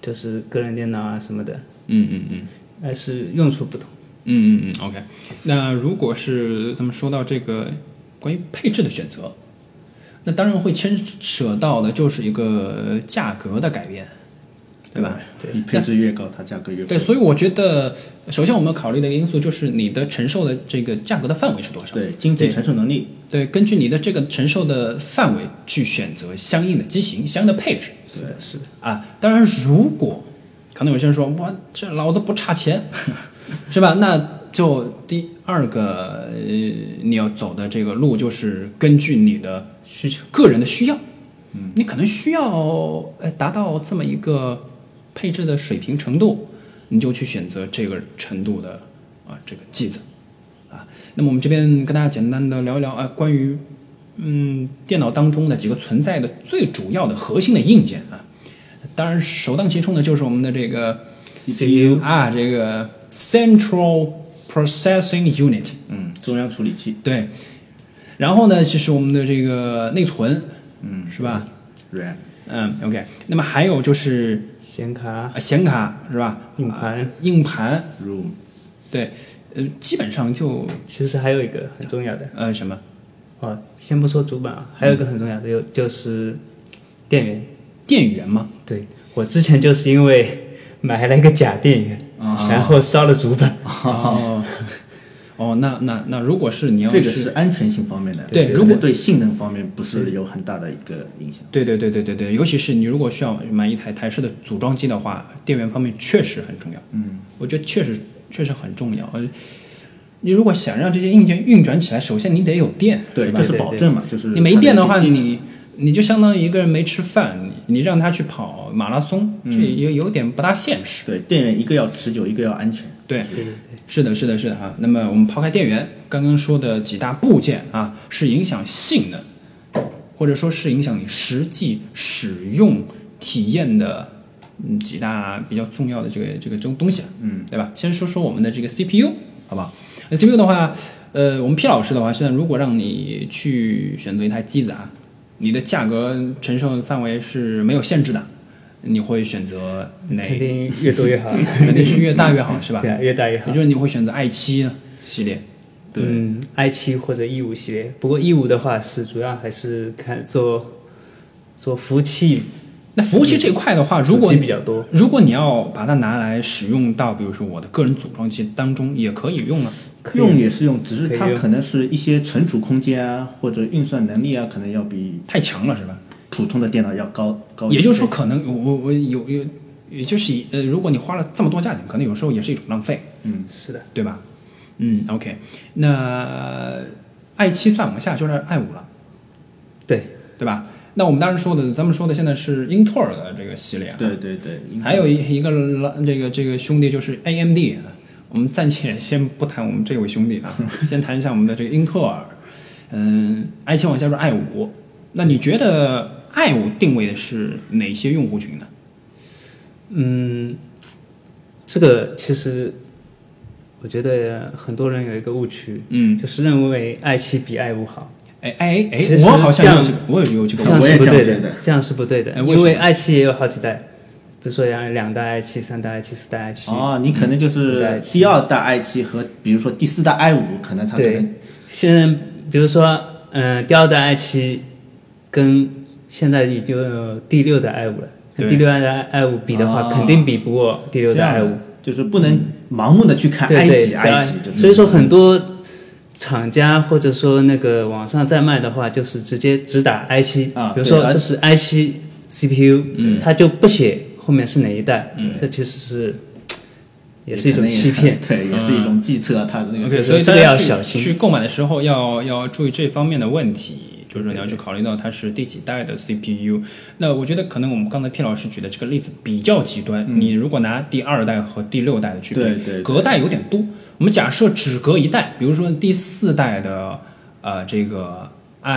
就是个人电脑啊什么的， 嗯嗯嗯。 还是用处不同。 嗯嗯嗯 ，OK。那如果是咱们说到这个关于配置的选择，那当然会牵扯到的就是一个价格的改变，对吧？ 对，你配置越高，它价格越高。 对，所以我觉得，首先我们考虑的一个因素就是你的承受的这个价格的范围是多少？ 对，经济承受能力。 对，根据你的这个承受的范围去选择相应的机型、相应的配置。 是的，是的。 啊，当然，如果可能有些人说，哇，这老子不差钱，是吧？那就第二个，呃，你要走的这个路就是根据你的需求、个人的需要，嗯，你可能需要呃达到这么一个配置的水平程度，你就去选择这个程度的啊这个机子，啊，那么我们这边跟大家简单的聊一聊啊，关于嗯电脑当中的几个存在的最主要的核心的硬件啊。当然，首当其冲的就是我们的这个 C P U 啊，这个 Central Processing Unit， 嗯，中央处理器。 对。然后呢，就是我们的这个内存， 嗯， 是吧 ？RAM。 嗯 ，OK。那么还有就是显卡、 啊，显卡是吧？ 硬盘、 啊、硬盘 ，ROM。 对，呃，基本上就其实还有一个很重要的， 呃，什么？ 哦，先不说主板啊，还有一个很重要的，有就是电源。 电源吗？ 对，我之前就是因为买了一个假电源， 啊、 然后烧了主板。 哦，哦，那那那如果是你要是这个是安全性方面的， 对，如果对性能方面不是有很大的一个影响。 对对对对对对，尤其是你如果需要买一台台式的组装机的话，电源方面确实很重要。 嗯， 我觉得确实确实很重要。你如果想让这些硬件运转起来，首先你得有电， 对， 吧？ 这是保证嘛，就是你没电的话，你你就相当于一个人没吃饭，你你让他去跑马拉松，这也有点不大现实。 对，电源一个要持久，一个要安全。 对， 对对对， 是的，是的，是的哈。那么我们抛开电源，刚刚说的几大部件啊，是影响性能，或者说是影响你实际使用体验的嗯几大比较重要的这个这个这种东西， 嗯， 对吧？先说说我们的这个 C P U， 好不好？那 C P U 的话，呃，我们 P 老师的话，现在如果让你去选择一台机子啊，你的价格承受范围是没有限制的。你会选择哪？ 肯定越多越好， 肯定是越大越好，是吧？ 对啊，越大越好。 也就是你会选择 i 七 系列， 对， 嗯 ，i 七 或者 E 五 系列。不过 E 五 的话是主要还是看做做服务器。 那服务器这一块的话，如果比较多， 如果你要把它拿来使用到，比如说我的个人组装机当中，也可以用啊。 用也是用，只是它可能是一些存储空间啊，或者运算能力啊，可能要比太强了，是吧？ 普通的电脑要高高一些。 也就是说，可能我我有有，也就是呃，如果你花了这么多价钱，可能有时候也是一种浪费。 嗯， 是的， 对吧？嗯 ，OK， 那 i 七再往下就是 i 五 了， 对对吧？那我们当时说的，咱们说的现在是英特尔的这个系列啊， 对对对， 还有一一个这个这个兄弟就是 A M D， 我们暂且先不谈我们这位兄弟啊，先谈一下我们的这个英特尔。嗯 ，i 七往下就是 i 五，那你觉得 i 五定位的是哪些用户群呢？ 嗯，这个其实我觉得很多人有一个误区， 嗯， 就是认为 i 七比 i 五好。 哎哎哎， 其实我好像有这个，我也有这个， 这样是不对的，这样是不对的， 哎、 因为 i 七也有好几代，比如说两两代 i 七、三代 i 七、四代 i 七。 哦，你可能就是第二代 i 七和比如说第四代 i 五，可能它可能对。现在比如说，嗯、呃，第二代 i 七跟现在已经有第六代 i 五了，跟第六代 i 五比的话， 哦、 肯定比不过第六代 i 五。 就是不能盲目的去看 i 几 i 几， 所以说很多厂家或者说那个网上在卖的话，就是直接只打 i 七、 啊， 比如说这是 i 七 C P U， 嗯， 它就不写后面是哪一代， 嗯， 这其实是也是一种欺骗， 对，也是一种计测它的那个。 OK， 所以这个要小心。 去购买的时候要要注意这方面的问题，就是你要去考虑到它是第几代的 C P U。那我觉得可能我们刚才 P 老师举的这个例子比较极端，嗯、你如果拿第二代和第六代的区别， 对 对, 对， 隔代有点多。我们假设只隔一代，比如说第四代的呃这个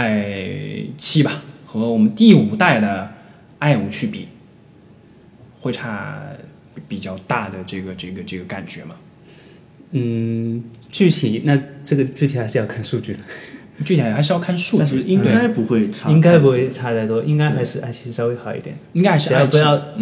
i 七吧，和我们第五代的 i 五去比，会差比较大的这个这个这个感觉吗？ 嗯，具体那这个具体还是要看数据的， 具体还是要看数据， 但是应该不会差， 应该不会差太多，应该还是 i 七稍微好一点， 应该还是只要不要嗯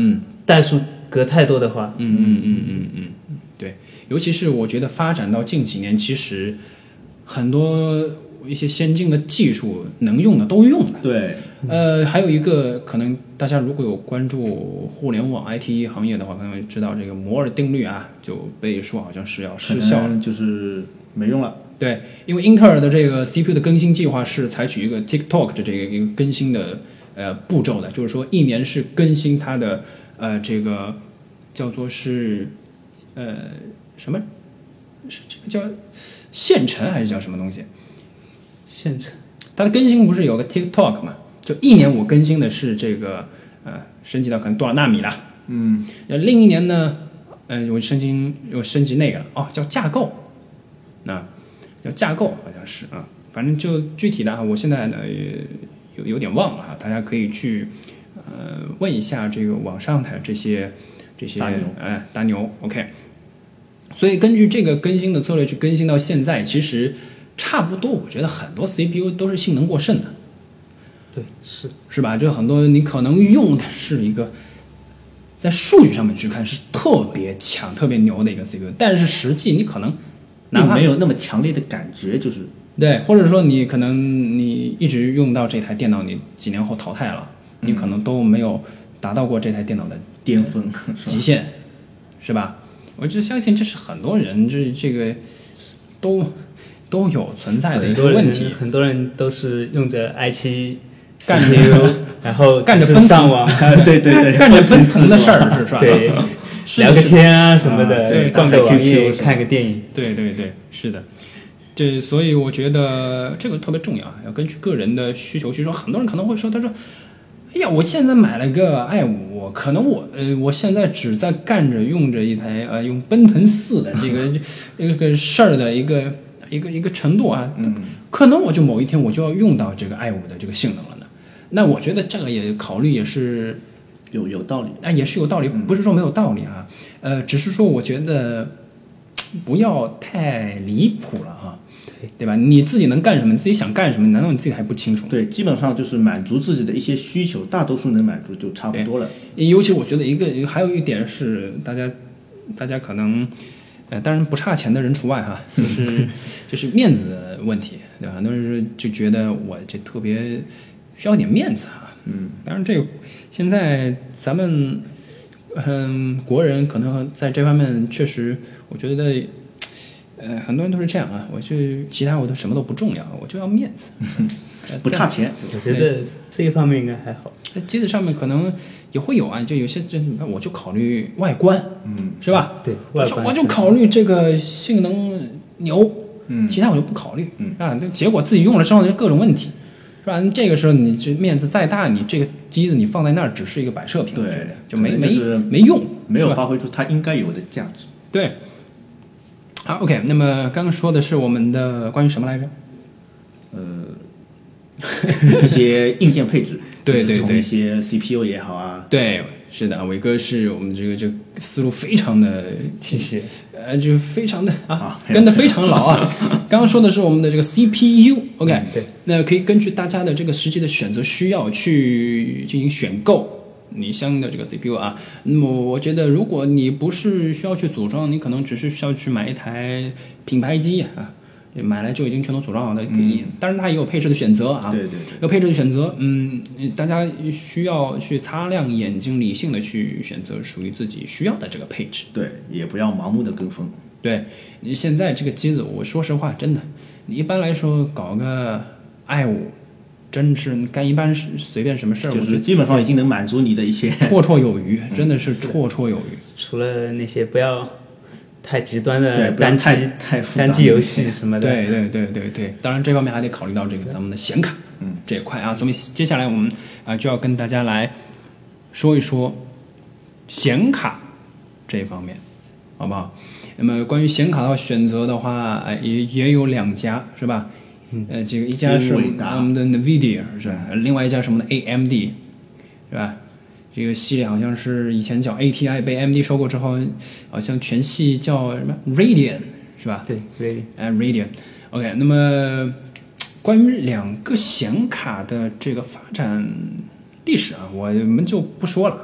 代数隔太多的话， 嗯嗯嗯嗯嗯，对，尤其是我觉得发展到近几年，其实很多一些先进的技术能用的都用了。 对， 呃，还有一个可能大家如果有关注互联网 I T 行业的话，可能会知道这个摩尔定律啊，就被说好像是要失效了， 就是没用了。 对，因为英特尔的这个 C P U 的更新计划是采取一个 TikTok 的这个一个更新的呃步骤的，就是说一年是更新它的呃这个叫做是呃什么是这个叫线程还是叫什么东西？ 线程。 它的更新不是有个 TikTok 嘛？就一年我更新的是这个呃升级到可能多少纳米了， 嗯， 呃另一年呢，呃我升级我升级那个了哦，叫架构，那。叫架构好像是啊，反正就具体的啊，我现在呢也有有点忘了哈，大家可以去呃问一下这个网上的这些这些大牛哎大牛 OK， 所以根据这个更新的策略去更新到现在，其实差不多，我觉得很多 C P U 都是性能过剩的， 对，是是吧？就很多你可能用的是一个在数据上面去看是特别强、特别牛的一个 C P U， 但是实际你可能。 并没有那么强烈的感觉，就是对，或者说你可能你一直用到这台电脑，你几年后淘汰了，你可能都没有达到过这台电脑的巅峰极限，是吧？我就相信这是很多人这这个都都有存在的一个问题。 很多人都是用着 i 七干 C P U， 然后干着上网， 对对对， 干着奔腾的事儿是吧？ 对。聊个天啊什么的， 啊、对， 逛个网页，看个电影， 对对对，是的，这所以我觉得这个特别重要，要根据个人的需求去说。很多人可能会说，他说：“哎呀，我现在买了个 i 五，可能我呃，我现在只在干着用着一台呃用奔腾四的这个这个事儿的一个一个一个程度啊， 嗯， 可能我就某一天我就要用到这个 i 五的这个性能了呢。那我觉得这个也考虑也是。” 有有道理， 啊，也是有道理，不是说没有道理啊，呃，只是说我觉得不要太离谱了啊，对对吧？你自己能干什么？你自己想干什么？难道你自己还不清楚？ 对，基本上就是满足自己的一些需求，大多数能满足就差不多了。 尤其我觉得一个还有一点是，大家大家可能，呃，当然不差钱的人除外哈，就是就是面子问题，对吧？很多人就觉得我这特别需要点面子啊。嗯，当然这个现在咱们嗯国人可能在这方面确实，我觉得呃很多人都是这样啊，我就其他我都什么都不重要，我就要面子， 呃、不差钱。 我觉得这一方面应该还好。 在机子上面可能也会有啊，就有些就我就考虑外观， 嗯， 是吧？ 对， 我就我就考虑这个性能牛， 嗯， 其他我就不考虑， 嗯啊，结果自己用了之后就各种问题。是吧？这个时候你这面子再大，你这个机子你放在那儿只是一个摆设品， 对， 就没没就是没用， 没有发挥出它应该有的价值。 对。好 ，OK， 那么刚刚说的是我们的关于什么来着？ 呃，一些硬件配置， 对对对， 从一些 C P U 也好啊， 对，是的，伟哥是我们这个这个思路非常的清晰，呃，就非常的啊， 啊跟得非常牢啊。刚刚说的是我们的这个 C P U，OK，、 嗯、对， 那可以根据大家的这个实际的选择需要去进行选购你相应的这个 C P U 啊。那么我觉得，如果你不是需要去组装，你可能只是需要去买一台品牌机啊。买来就已经全都组装好的，可以。嗯、当然，它也有配置的选择啊。 对对对， 有配置的选择，嗯，大家需要去擦亮眼睛，理性的去选择属于自己需要的这个配置。 对，也不要盲目的跟风。 对，你现在这个机子，我说实话，真的，你一般来说搞个 i 五，真是干一般随便什么事儿， 就是基本上已经能满足你的一些绰绰有余，真的是绰绰有余。 除了那些不要。太极端的单机太太单机游戏什么的， 对对对对对，当然这方面还得考虑到这个咱们的显卡， 嗯， 这一块啊，所以接下来我们啊、呃、就要跟大家来说一说显卡这一方面，好不好？那么关于显卡的选择的话，呃、也也有两家是吧？ 嗯， 呃，这个一家是我们的 NVIDIA 是吧？另外一家是我们的 A M D 是吧？这个系列好像是以前叫 A T I， 被 A M D 收购之后，好像全系叫什么 Radeon 是吧？ 对 ，Radeon， 哎 ，Radeon。OK， 那么关于两个显卡的这个发展历史啊，我们就不说了啊。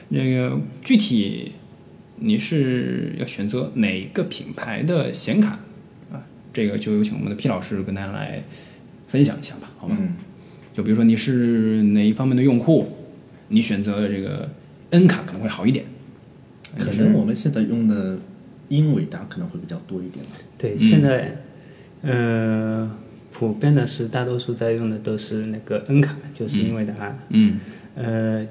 那个具体你是要选择哪个品牌的显卡啊？这个就有请我们的 P 老师跟大家来分享一下吧，好吗？ 嗯， 就比如说你是哪一方面的用户，你选择这个 N 卡可能会好一点。 可能我们现在用的英伟达可能会比较多一点吧。 对， 嗯现在、呃普遍的是大多数在用的都是那个 N 卡，就是英伟达。 嗯， 呃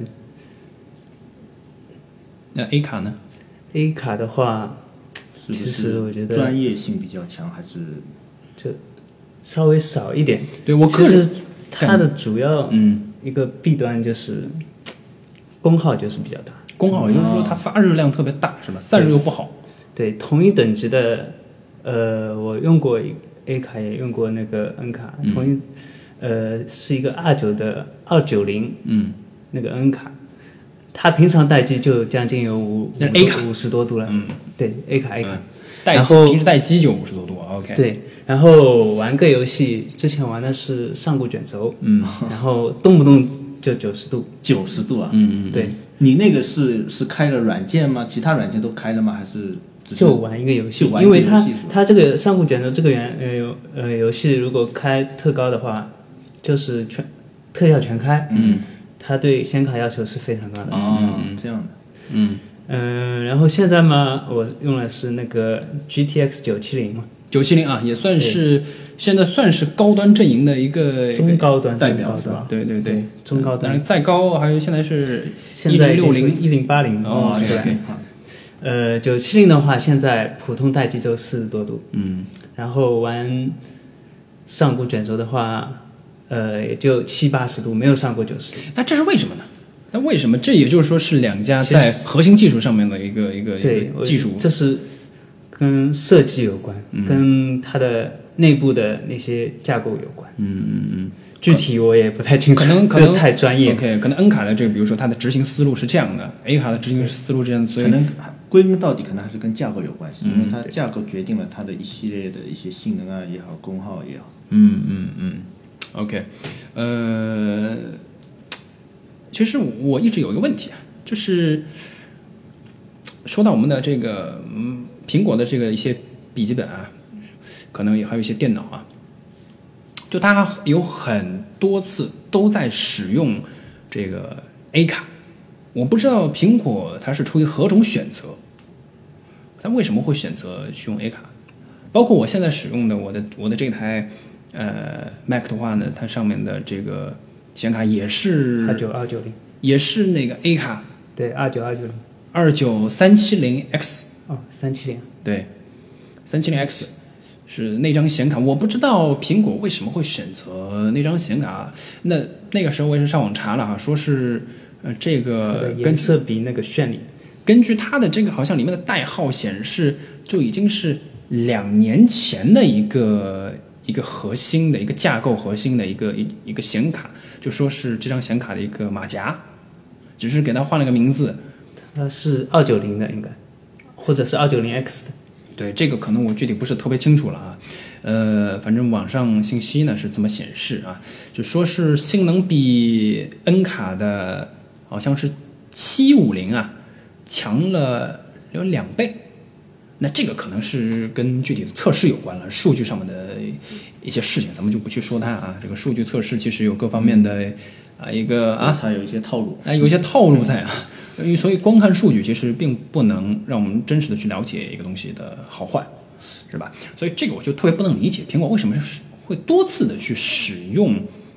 那 A 卡呢？ A 卡的话， 是不其实我觉是得专业性比较强，还是就稍微少一点。 对我个人其实它的主要嗯一个弊端就是功耗就是比较大。 功耗，也就是说它发热量特别大，是吧？散热又不好。 对，同一等级的，呃，我用过 A 卡，也用过那个 N 卡， 嗯同一，呃，是一个 R 九的二九零， 嗯， 那个 N 卡，它平常待机就将近有五那是 A 卡五十多度了。 嗯， 对 A 卡 A 卡， 嗯待机然后平时待机就五十多度，OK。 对，然后玩个游戏，之前玩的是上古卷轴， 嗯， 然后动不动就九十度， 九十度啊？ 嗯嗯， 对， 你那个是是开了软件吗？其他软件都开了吗？还是只是就玩一个游戏就，玩一因为它个游戏是吧它这个上古卷轴这个原呃游呃游戏如果开特高的话，就是全特效全开， 嗯， 它对显卡要求是非常高的。 哦，这样的。 嗯， 嗯、然后现在嘛，我用的是那个 G T X 九七零嘛， 九七零啊，也算是现在算是高端阵营的一个中高端代中高端表是吧？ 对对对， 中高端当然再高还有现在是现在六零一零八零哦对。 ，OK， 好呃，九七零的话，现在普通待机就四十多度， 嗯， 然后玩上古卷轴的话，呃，也就七八十度，没有上过九十度。 那这是为什么呢？那为什么？这也就是说是两家其实在核心技术上面的一个一个一对个，技术， 这是跟设计有关，跟它的内部的那些架构有关。 嗯嗯嗯。 具体我也不太清楚， 可能可能这个太专业。 OK， 可能 N 卡的这个，比如说它的执行思路是这样的 ，A 卡的执行思路是这样的，所以可能归根到底可能还是跟架构有关系， 嗯因为它架构决定了它的一系列的一些性能啊也好，功耗也好。 嗯嗯嗯，OK，呃，其实我一直有一个问题啊，就是说到我们的这个嗯苹果的这个一些笔记本啊，可能也还有一些电脑啊，就它有很多次都在使用这个 A 卡，我不知道苹果它是出于何种选择，它为什么会选择去用 A 卡？包括我现在使用的我的我的这台呃 Mac 的话呢，它上面的这个显卡也是二九二九零， 也是那个 A 卡对，二九二九零， 二九三七零 X， 哦，三七零， 对，三七零 X 是那张显卡，我不知道苹果为什么会选择那张显卡。那那个时候我也是上网查了哈，说是呃这它个的根颜色比那个绚丽。 根据它的这个好像里面的代号显示，就已经是两年前的一个一个核心的一个架构核心的一个一一个显卡，就说是这张显卡的一个马甲，只是给它换了个名字。 它是二九零的应该，或者是二九零 X 的。 对，这个可能我具体不是特别清楚了啊，呃，反正网上信息呢是这么显示啊，就说是性能比 N 卡的好像是七五零啊强了有两倍，那这个可能是跟具体的测试有关了，数据上面的一些事情咱们就不去说它啊，这个数据测试其实有各方面的啊一个啊， 它有一些套路， 啊有一些套路在啊。所以光看数据其实并不能让我们真实的去了解一个东西的好坏，是吧？所以这个我就特别不能理解，苹果为什么是会多次的去使用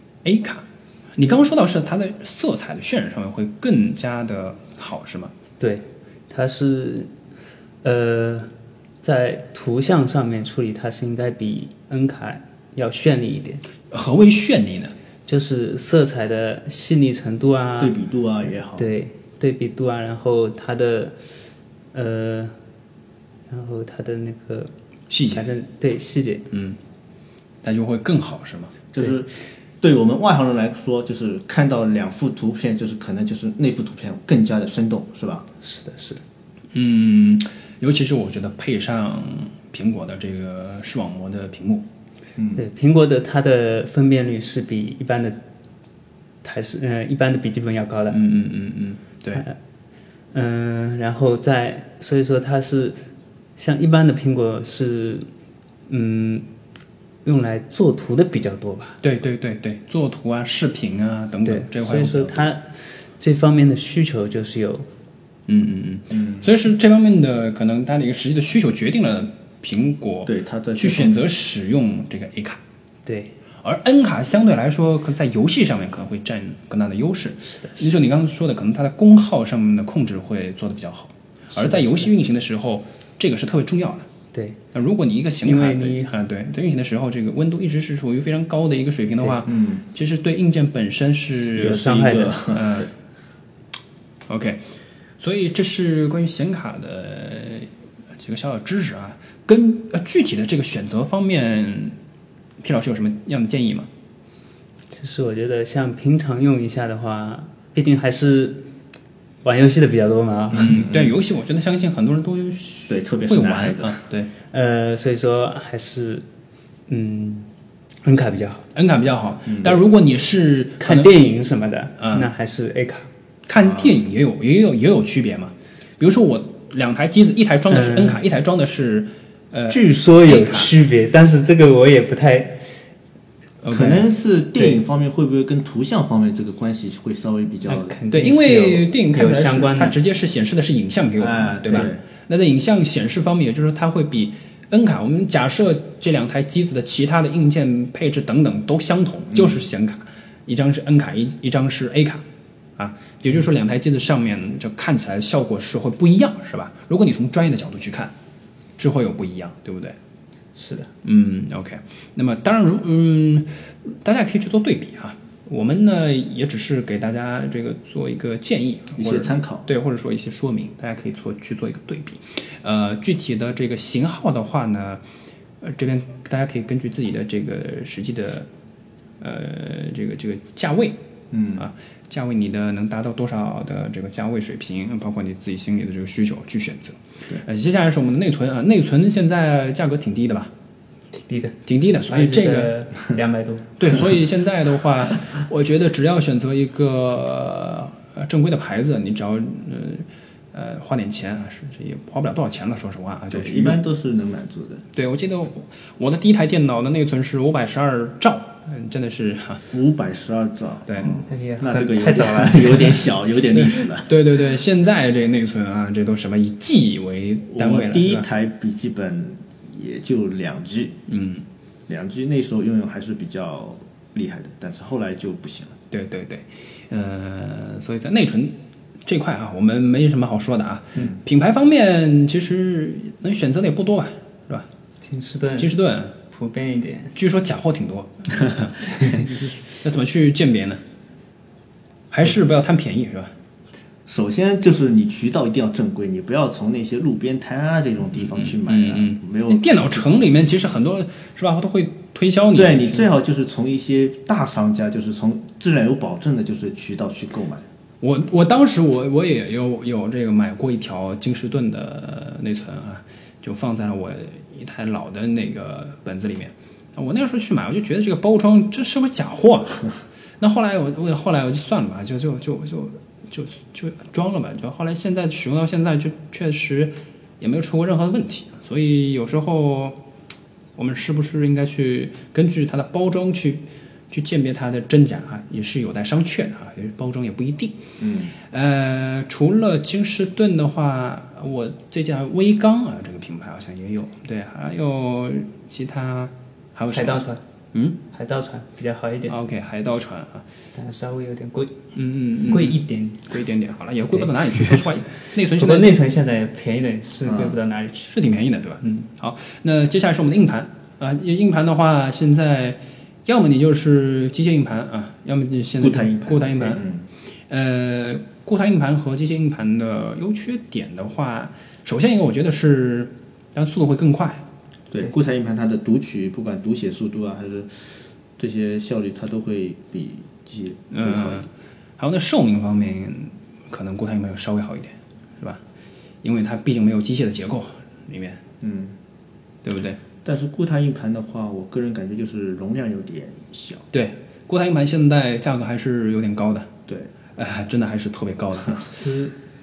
A 卡？你刚刚说到是它的色彩的渲染上面会更加的好，是吗？ 对，它是呃在图像上面处理，它是应该比 N 卡要绚丽一点。 何为绚丽呢？ 就是色彩的细腻程度啊， 对比度啊也好。 对。对比度啊，然后它的，呃，然后它的那个细节， 反正对细节， 嗯，它就会更好，是吗？ 就是对我们外行人来说，就是看到两幅图片，就是可能就是那幅图片更加的生动，是吧？ 是的，是的。 嗯，尤其是我觉得配上苹果的这个视网膜的屏幕， 嗯，对，苹果的它的分辨率是比一般的台式呃一般的笔记本要高的。 嗯嗯嗯嗯，对。 嗯，然后再所以说它是像一般的苹果是嗯用来做图的比较多吧？ 对对对对，做图啊、视频啊等等对， 这块。 所以说它这方面的需求就是有， 嗯嗯嗯嗯，所以是这方面的可能它的一个实际的需求决定了苹果对它在去选择使用这个 A 卡。 对。 而 N 卡相对来说，可能在游戏上面可能会占更大的优势。 是的， 就你刚刚说的，可能它的功耗上面的控制会做得比较好，而在游戏运行的时候，这个是特别重要的。 对， 那如果你一个显卡在因为你啊，对，在运行的时候，这个温度一直是处于非常高的一个水平的话， 嗯， 其实对硬件本身是有伤害的。 嗯，OK，所以这是关于显卡的几个小小知识啊。跟呃具体的这个选择方面，P老师有什么样的建议吗？ 其实我觉得像平常用一下的话，毕竟还是玩游戏的比较多嘛。 嗯，对，游戏我觉得相信很多人都对，特别会是男孩子， 玩啊。对呃，所以说还是嗯，N 卡比较好。 ，N 卡比较好。但是如果你是看电影什么的， 嗯那还是 A 卡。 看电影也有也有也有区别嘛。比如说我两台机子，一台装的是 N 卡，一台装的是呃， 据说有 A 卡区别，但是这个我也不太。 可能是电影方面会不会跟图像方面这个关系会稍微比较那肯定对，因为电影看起来是有相关的， 它直接是显示的是影像给我们， 哎对吧？ 对那在影像显示方面，也就是说它会比 N 卡，我们假设这两台机子的其他的硬件配置等等都相同，就是显卡，一张是 N 卡，一一张是 A 卡，啊，也就是说两台机子上面就看起来效果是会不一样，是吧？如果你从专业的角度去看，是会有不一样，对不对？ 是的， 嗯 ，OK。那么当然如，嗯，大家可以去做对比哈。我们呢也只是给大家这个做一个建议， 一或者些参考， 对，或者说一些说明，大家可以做去做一个对比。呃，具体的这个型号的话呢，呃，这边大家可以根据自己的这个实际的呃这个这个价位， 嗯啊，价位你的能达到多少的这个价位水平，包括你自己心里的这个需求去选择。呃，接下来是我们的内存啊，内存现在价格挺低的吧？ 挺低的， 挺低的，所以这个两百多。 对，所以现在的话，我觉得只要选择一个呃正规的牌子，你只要呃呃花点钱啊，是这也花不了多少钱了，说实话啊，就对，一般都是能满足的。 对，我记得我的第一台电脑的内存是五百十二兆，嗯，真的是哈， 五百十二兆， 对， 那这个有太早了， 有点小，有点历史了。 对对对，现在这内存啊，这都什么以 G 为单位了。 我第一台笔记本也就两 G， 嗯， 两 G 那时候用用还是比较厉害的，但是后来就不行了。 对对对，呃，所以在内存这块啊，我们没什么好说的啊。嗯，品牌方面其实能选择的也不多吧，是吧？ 金士顿， 金士顿普遍一点， 据说假货挺多，那怎么去鉴别呢？还是不要贪便宜，是吧？ 首先就是你渠道一定要正规，你不要从那些路边摊啊这种地方去买的， 嗯嗯、 没有。 电脑城里面其实很多是吧，都会推销你。 对你最好就是从一些大商家，就是从质量有保证的，就是渠道去购买。 我我当时我我也有有这个买过一条金士顿的内存啊，就放在了我一台老的那个本子里面。我那时候去买，我就觉得这个包装这是不是假货啊？那后来我我后来我就算了吧，就就就就就就装了吧。就后来现在使用到现在，就确实也没有出过任何的问题。所以有时候我们是不是应该去根据它的包装去去鉴别它的真假啊，也是有待商榷的啊，包装也不一定。 嗯， 呃，除了金士顿的话，我这家微刚啊，这个品牌好像也有，对，还有其他，还有什么海盗船， 嗯， 海盗船比较好一点。 OK， 海盗船啊， 但是稍微有点贵， 嗯嗯嗯， 贵一点， 贵一点点，好了，也贵不到哪里去。说实话，内存不过现在内存现在便宜的是贵不到哪里去， 是挺便宜的，对吧？嗯，好，那接下来是我们的硬盘啊，硬盘的话，现在要么你就是机械硬盘啊，要么你现在固态硬盘， 固态硬盘， 嗯， 呃，固态硬盘和机械硬盘的优缺点的话，首先一个我觉得是，当然速度会更快。 对，固态硬盘它的读取，不管读写速度啊，还是这些效率，它都会比机械会好一点。 嗯，还有那寿命方面，可能固态硬盘稍微好一点，是吧？因为它毕竟没有机械的结构里面， 嗯， 对不对？ 但是固态硬盘的话，我个人感觉就是容量有点小。 对，固态硬盘现在价格还是有点高的。 对， 哎，真的还是特别高的。 其实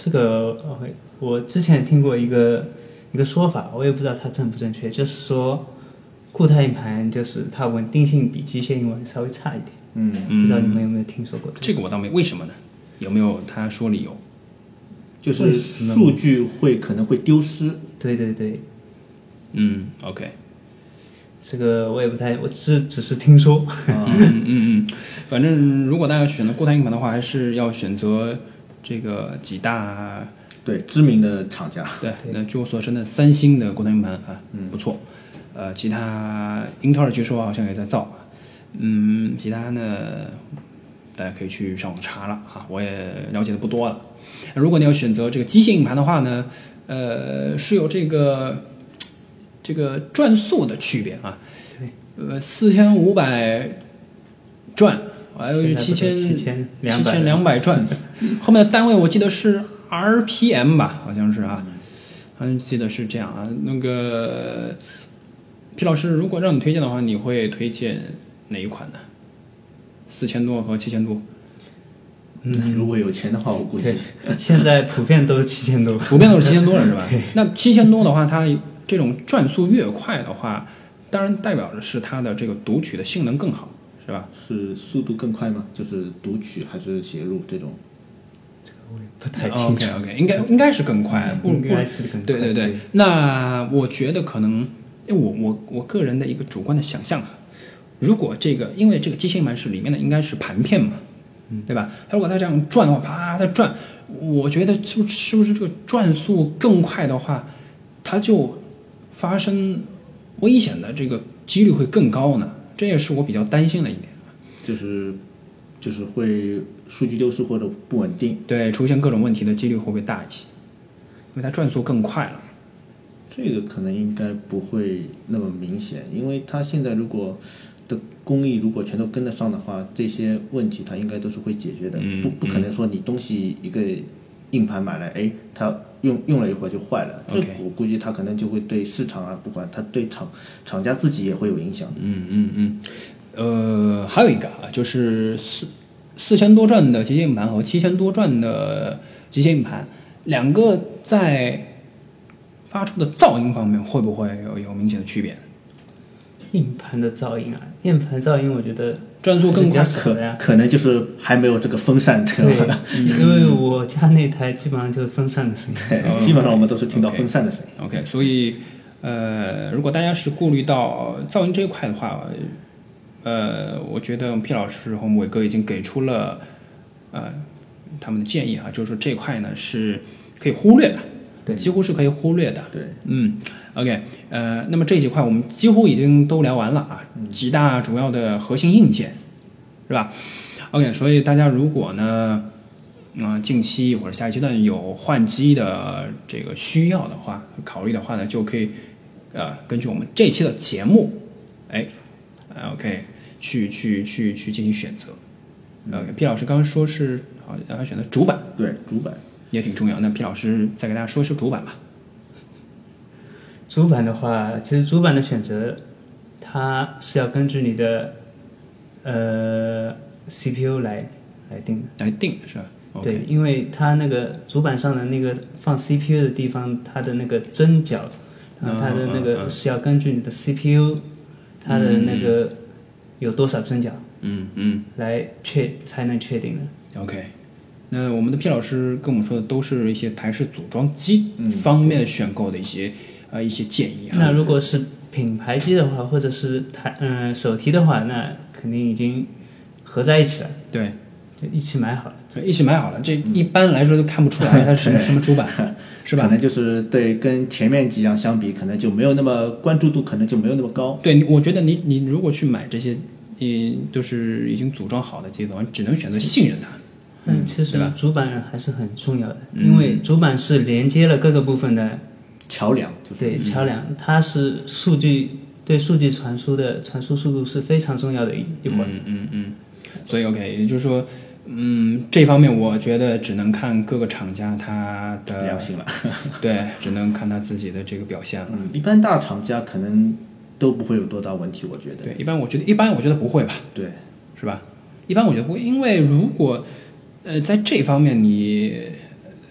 这个呃我之前听过一个一个说法，我也不知道它正不正确，就是说固态硬盘就是它稳定性比机械硬盘稍微差一点。 嗯， 不知道你们有没有听说过这个我倒没，为什么呢？有没有他说理由？ 就是数据会可能会丢失。 对对对， 嗯 ，OK， 这个我也不太，我只只是听说。 嗯嗯嗯，反正如果大家选择固态硬盘的话，还是要选择这个几大对知名的厂家。 对，那据我所知的三星的固态硬盘啊，嗯，不错。呃，其他英特尔据说好像也在造。嗯，其他呢，大家可以去上网查了啊，我也了解的不多了。如果你要选择这个机械硬盘的话呢，呃，是有这个这个转速的区别啊。 对。 呃，四千五百转，还有七千七千七千两百转，后面的单位我记得是 R P M 吧，好像是啊，好像记得是这样啊。那个皮老师，如果让你推荐的话，你会推荐哪一款呢？四千多和七千多。 嗯，如果有钱的话，我估计现在普遍都是七千多， 普遍都是七千多了，是吧？那七千多的话，它这种转速越快的话，当然代表的是它的这个读取的性能更好，是吧？ 是速度更快吗？就是读取还是写入这种？ 这个我也不太清楚。 OK OK， 应该应该是更快，不应该是更快。 对对对。那我觉得可能，我我我个人的一个主观的想象啊。如果这个，因为这个机械硬盘是里面的应该是盘片嘛，对吧？它如果它这样转的话，啪，它转，我觉得就是不是这个转速更快的话，它就发生危险的这个几率会更高呢？这也是我比较担心的一点。 就是就是会数据丢失或者不稳定， 对，出现各种问题的几率会不会大一些？因为它转速更快了。 这个可能应该不会那么明显，因为它现在如果的工艺如果全都跟得上的话，这些问题它应该都是会解决的。 嗯、 不不可能说你东西一个硬盘买来，哎，它用用了一会儿就坏了。这我估计它可能就会对市场啊，不管它对厂厂家自己也会有影响。 嗯嗯嗯。呃，还有一个啊，就是四四千多转的机械硬盘和七千多转的机械硬盘，两个在发出的噪音方面会不会有有明显的区别？ 硬盘的噪音啊，硬盘噪音我觉得转速更快， 可可能就是还没有这个风扇这个。 对，因为我家那台基本上就是风扇的声音。 对，基本上我们都是听到风扇的声音。 OK， 所以呃，如果大家是顾虑到噪音这一块的话，呃，我觉得P老师和我们伟哥已经给出了呃他们的建议哈，就是说这块呢是可以忽略的。 对， 几乎是可以忽略的。 对， 嗯 ，OK， 呃，那么这几块我们几乎已经都聊完了啊，几大主要的核心硬件，是吧 ？OK， 所以大家如果呢，啊、呃，近期或者下一阶段有换机的这个需要的话，考虑的话呢，就可以呃根据我们这一期的节目，哎 ，OK， 去去去去进行选择。呃 ，P 老师刚刚说是好，让他选择主板， 对，主板。 也挺重要。那皮老师再给大家说一说主板吧。 主板的话，其实主板的选择，它是要根据你的呃 C P U 来来定的。 来定是吧？ Okay. 对，因为它那个主板上的那个放 C P U 的地方，它的那个针脚，然后它的那个是要根据你的 C P U， 它的那个有多少针脚， 嗯嗯， 来确才能确定的。 OK。那我们的 P 老师跟我们说的都是一些台式组装机方面选购的一些、嗯、呃一些建议啊。 那如果是品牌机的话，或者是台嗯、呃、手提的话，那肯定已经合在一起了。 对， 就一起买好了。 一起买好了，这一般来说都看不出来它是什么主板，是吧？ 可能就是对跟前面几样相比，可能就没有那么关注度，可能就没有那么高。 对，我觉得你你如果去买这些，你都是已经组装好的机子，你只能选择信任它。 嗯，其实主板还是很重要的，嗯、因为主板是连接了各个部分的桥梁，就是、 对桥梁，它是数据对数据传输的传输速度是非常重要的一一环。 嗯嗯嗯，所以 OK， 也就是说，嗯，这方面我觉得只能看各个厂家它的良心了， 对，只能看他自己的这个表现了。 嗯，一般大厂家可能都不会有多大问题，我觉得。 对，一般我觉得一般我觉得不会吧？ 对， 是吧？一般我觉得不会，因为如果呃，在这方面你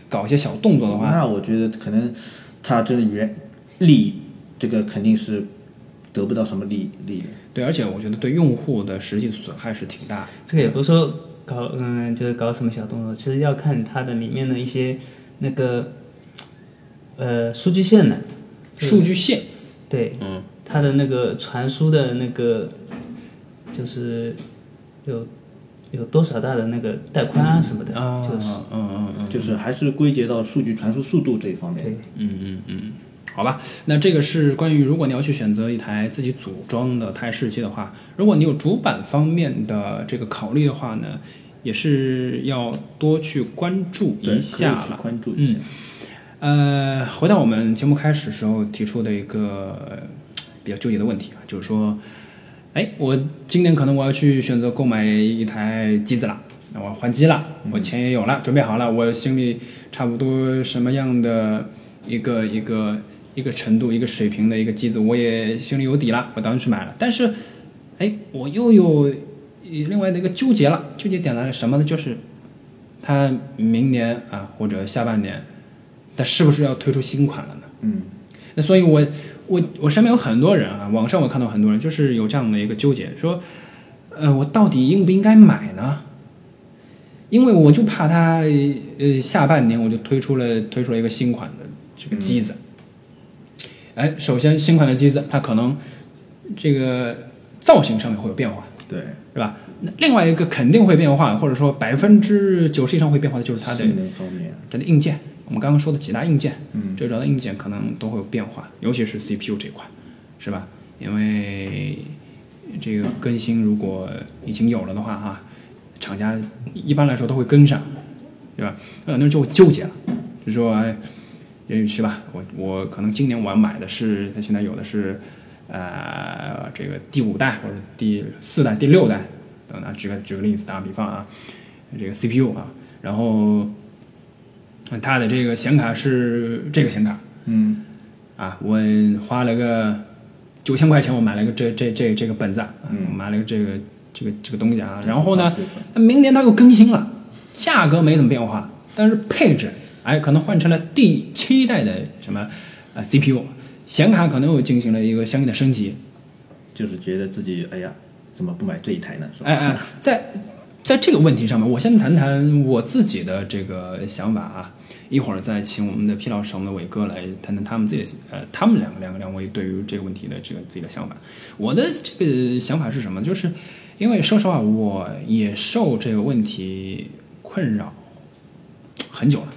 搞一些小动作的话， 那我觉得可能它这原利这个肯定是得不到什么利利的。 对，而且我觉得对用户的实际损害是挺大的。 这个也不是说搞嗯，就是搞什么小动作，其实要看它的里面的一些那个呃数据线的。 数据线， 对， 嗯， 它的那个传输的那个就是有有多少大的那个带宽啊什么的， 啊， 就是嗯嗯嗯， 就是还是归结到数据传输速度这一方面。 对， 嗯嗯嗯，好吧，那这个是关于如果你要去选择一台自己组装的台式机的话，如果你有主板方面的这个考虑的话呢，也是要多去关注一下了， 可以去关注一下。 嗯，呃，回到我们节目开始时候提出的一个呃比较纠结的问题啊，就是说，哎，我今年可能我要去选择购买一台机子了，那我换机了，我钱也有了，准备好了，我心里差不多什么样的一个一个一个程度、一个水平的一个机子，我也心里有底了，我当然去买了。但是，哎，我又有另外的一个纠结了，纠结点来了什么呢？就是它明年啊或者下半年。它是不是要推出新款了呢？ 嗯， 那所以我我我身边有很多人啊，网上我看到很多人就是有这样的一个纠结，说，呃，我到底应不应该买呢？因为我就怕它呃下半年我就推出了推出了一个新款的这个机子，哎、嗯，首先新款的机子它可能这个造型上面会有变化， 对， 是吧？那另外一个肯定会变化，或者说百分之九十以上会变化的就是它的性能方面， 它的硬件。我们刚刚说的几大硬件， 嗯， 最主要的硬件可能都会有变化，尤其是 C P U 这块，是吧？因为这个更新如果已经有了的话，哈，厂家一般来说都会跟上，对吧？呃，那就会纠结了，就说哎，是吧？我我可能今年我要买的是，它现在有的是，呃，这个第五代或者第四代、第六代等等。举个举个例子，打个比方啊，这个 C P U 啊，然后。它的这个显卡是这个显卡， 嗯， 啊，我花了个九千块钱，我买了个这这这这个本子，嗯，买了个这个这个这个东西啊，然后呢，明年它又更新了，价格没怎么变化，但是配置，哎，可能换成了第七代的什么啊 C P U， 显卡可能又进行了一个相应的升级， 就是觉得自己哎呀，怎么不买这一台呢？是吧？ 哎哎，在。在这个问题上面，我先谈谈我自己的这个想法啊，一会儿再请我们的皮老师、我们的伟哥来谈谈他们自己的呃，他们两个两个两位对于这个问题的这个自己的想法。我的这个想法是什么？就是因为说实话，我也受这个问题困扰很久了。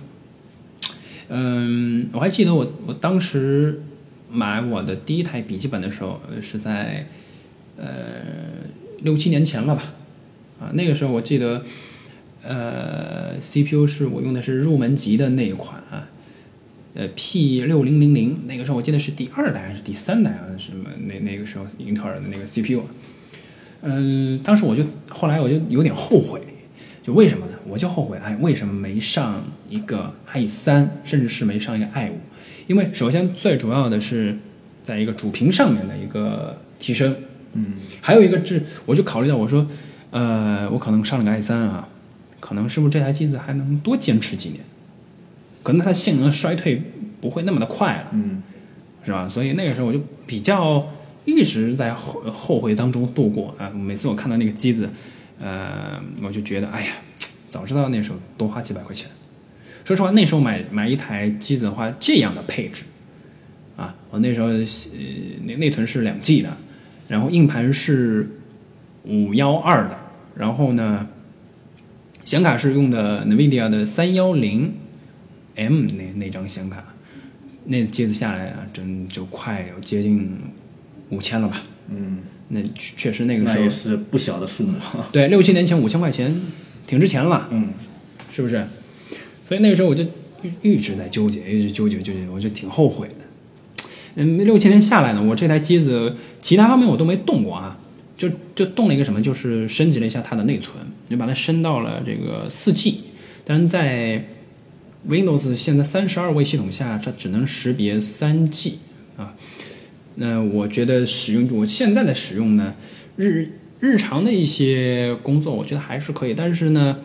嗯，我还记得我我当时买我的第一台笔记本的时候，是在呃六七年前了吧。啊，那个时候我记得，呃 ，C P U 是我用的是入门级的那一款啊，呃 P 六零零零，那个时候我记得是第二代还是第三代啊？什么那那个时候英特尔的那个 C P U， 嗯、呃，当时我就后来我就有点后悔，就为什么呢？我就后悔，哎，为什么没上一个 i 三，甚至是没上一个 i 五？因为首先最主要的是在一个主屏上面的一个提升， 嗯， 还有一个是我就考虑到我说。呃，我可能上了个 i 三啊，可能是不是这台机子还能多坚持几年？可能它的性能衰退不会那么的快了， 嗯， 是吧？所以那个时候我就比较一直在后后悔当中度过啊。每次我看到那个机子，呃，我就觉得，哎呀，早知道那时候多花几百块钱。说实话，那时候买买一台机子的话，这样的配置，啊，我那时候呃内内存是两 G 的，然后硬盘是。五一二的，然后呢，显卡是用的 NVIDIA 的三一零 M 那那张显卡，那机子下来啊，真就快有接近五千了吧？ 嗯， 那确实那个时候那也是不小的数目。 对，六七年前五千块钱挺值钱了， 嗯， 是不是？所以那个时候我就一直在纠结，一直纠结纠结，我就挺后悔的。嗯，六七年下来呢，我这台机子其他方面我都没动过啊。就就动了一个什么，就是升级了一下它的内存，就把它升到了这个四 G。当然，在 Windows 现在三十二位系统下，它只能识别三 G 啊。那我觉得使用我现在的使用呢，日日常的一些工作，我觉得还是可以。但是呢，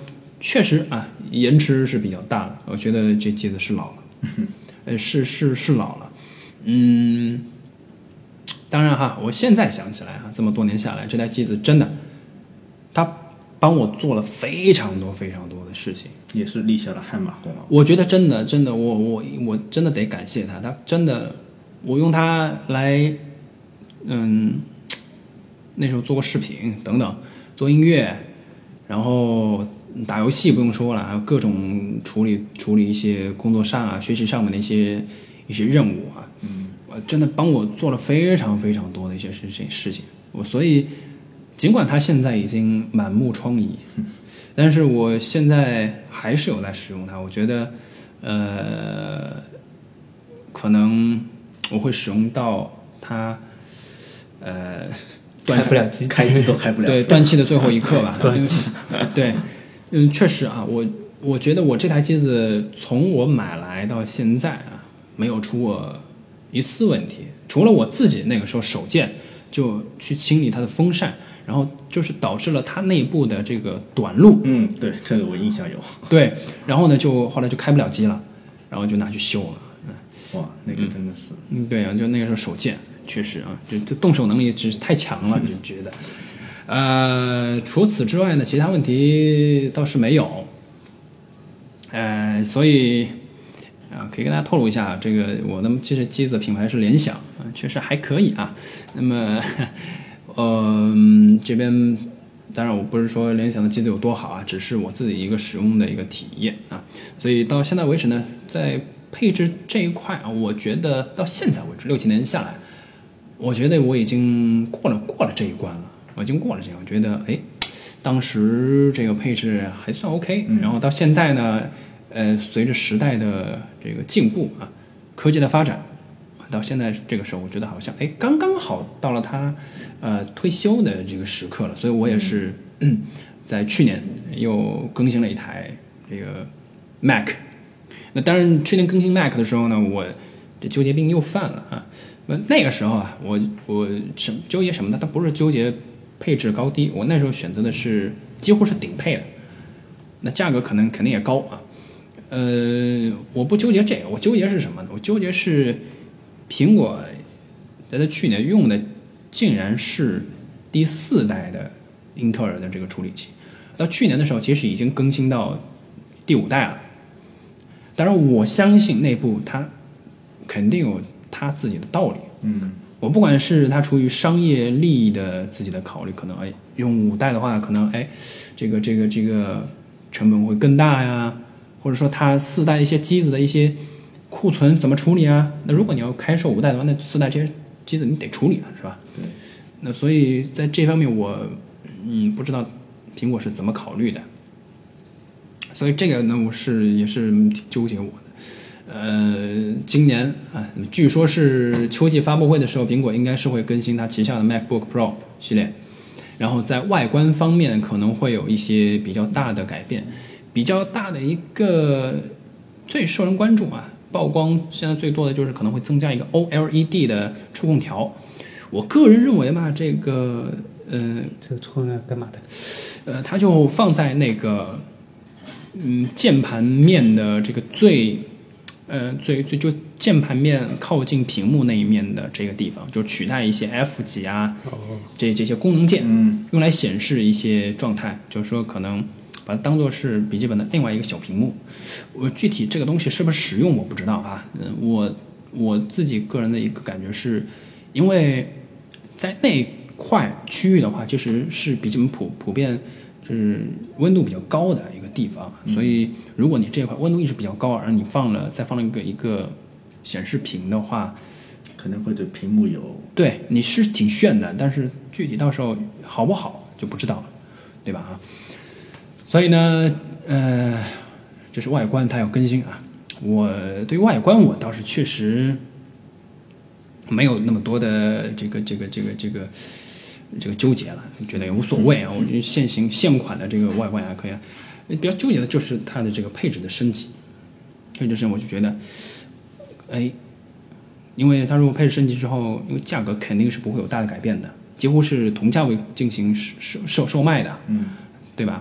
确实啊，延迟是比较大的，我觉得这机子是老了，呃，是是是老了，嗯，当然哈，我现在想起来哈，这么多年下来，这台机子真的，它帮我做了非常多非常多的事情， 也是立下了汗马功劳。 我觉得真的真的，我我我真的得感谢它，它真的，我用它来，嗯，那时候做过视频等等，做音乐，然后打游戏不用说了，还有各种处理处理一些工作上啊、学习上面的一些一些任务啊，嗯，真的帮我做了非常非常多的一些事情事情。我所以，尽管它现在已经满目疮痍，但是我现在还是有在使用它。我觉得，呃，可能我会使用到它，呃。 开不了机， 开机都开不了。 对，断气的最后一刻吧。 断气。 对，嗯，确实啊，我我觉得我这台机子从我买来到现在啊，没有出过一次问题，除了我自己那个时候手贱就去清理它的风扇，然后就是导致了它内部的这个短路。 嗯，对，这个我印象有。 对，然后呢，就后来就开不了机了，然后就拿去修了。 嗯、哇，那个真的是。 嗯，对啊，就那个时候手贱。确实啊，就就动手能力只是太强了，就觉得。呃，除此之外呢，其他问题倒是没有。呃，所以啊，可以跟大家透露一下，这个我的其实机子品牌是联想啊，确实还可以啊。那么，呃，这边当然我不是说联想的机子有多好啊，只是我自己一个使用的一个体验啊。所以到现在为止呢，在配置这一块啊，我觉得到现在为止六七年下来。我觉得我已经过了过了这一关了，我已经过了这个，我觉得哎，当时这个配置还算 OK，、嗯、然后到现在呢，呃，随着时代的这个进步啊，科技的发展，到现在这个时候，我觉得好像哎，刚刚好到了他呃退休的这个时刻了，所以我也是、嗯、在去年又更新了一台这个 Mac， 那当然去年更新 Mac 的时候呢，我这纠结病又犯了啊。那个时候啊，我我什纠结什么呢？它不是纠结配置高低，我那时候选择的是几乎是顶配的，那价格可能肯定也高啊。呃，我不纠结这个，我纠结是什么呢？我纠结是苹果在它去年用的竟然是第四代的英特尔的这个处理器，到去年的时候其实已经更新到第五代了。当然，我相信内部它肯定有他自己的道理， 嗯， 我不管是他出于商业利益的自己的考虑，可能哎用五代的话，可能哎这个这个这个成本会更大呀，或者说他四代一些机子的一些库存怎么处理啊？那如果你要开售五代的话，那四代这些机子你得处理啊，是吧？ 对。 那所以在这方面我嗯不知道苹果是怎么考虑的，所以这个呢我是也是挺纠结我的。呃，今年啊，据说是秋季发布会的时候，苹果应该是会更新它旗下的 MacBook Pro 系列，然后在外观方面可能会有一些比较大的改变，比较大的一个最受人关注啊，曝光现在最多的就是可能会增加一个 O L E D 的触控条。我个人认为吧，这个呃， 这个触控条干嘛的？ 呃，它就放在那个嗯键盘面的这个最。呃，最最就键盘面靠近屏幕那一面的这个地方，就取代一些 F 几啊， 哦、 这这些功能键， 嗯， 用来显示一些状态，就是说可能把它当做是笔记本的另外一个小屏幕。我具体这个东西是不是实用我不知道啊，嗯，我我自己个人的一个感觉是，因为在那块区域的话，其实是笔记本普普遍就是温度比较高的一个地方，所以如果你这块温度一直比较高，而你放了再放了一个一个显示屏的话， 可能会对屏幕有对你是挺炫的，但是具体到时候好不好就不知道了，对吧？啊，所以呢，呃，这是外观它要更新啊。我对于外观我倒是确实没有那么多的这个这个这个这个。这个纠结了，觉得也无所谓啊。我觉得现行现款的这个外观还可以啊。比较纠结的就是它的这个配置的升级，配置升我就觉得，哎，因为它如果配置升级之后，因为价格肯定是不会有大的改变的，几乎是同价位进行售售售卖的， 嗯， 对吧？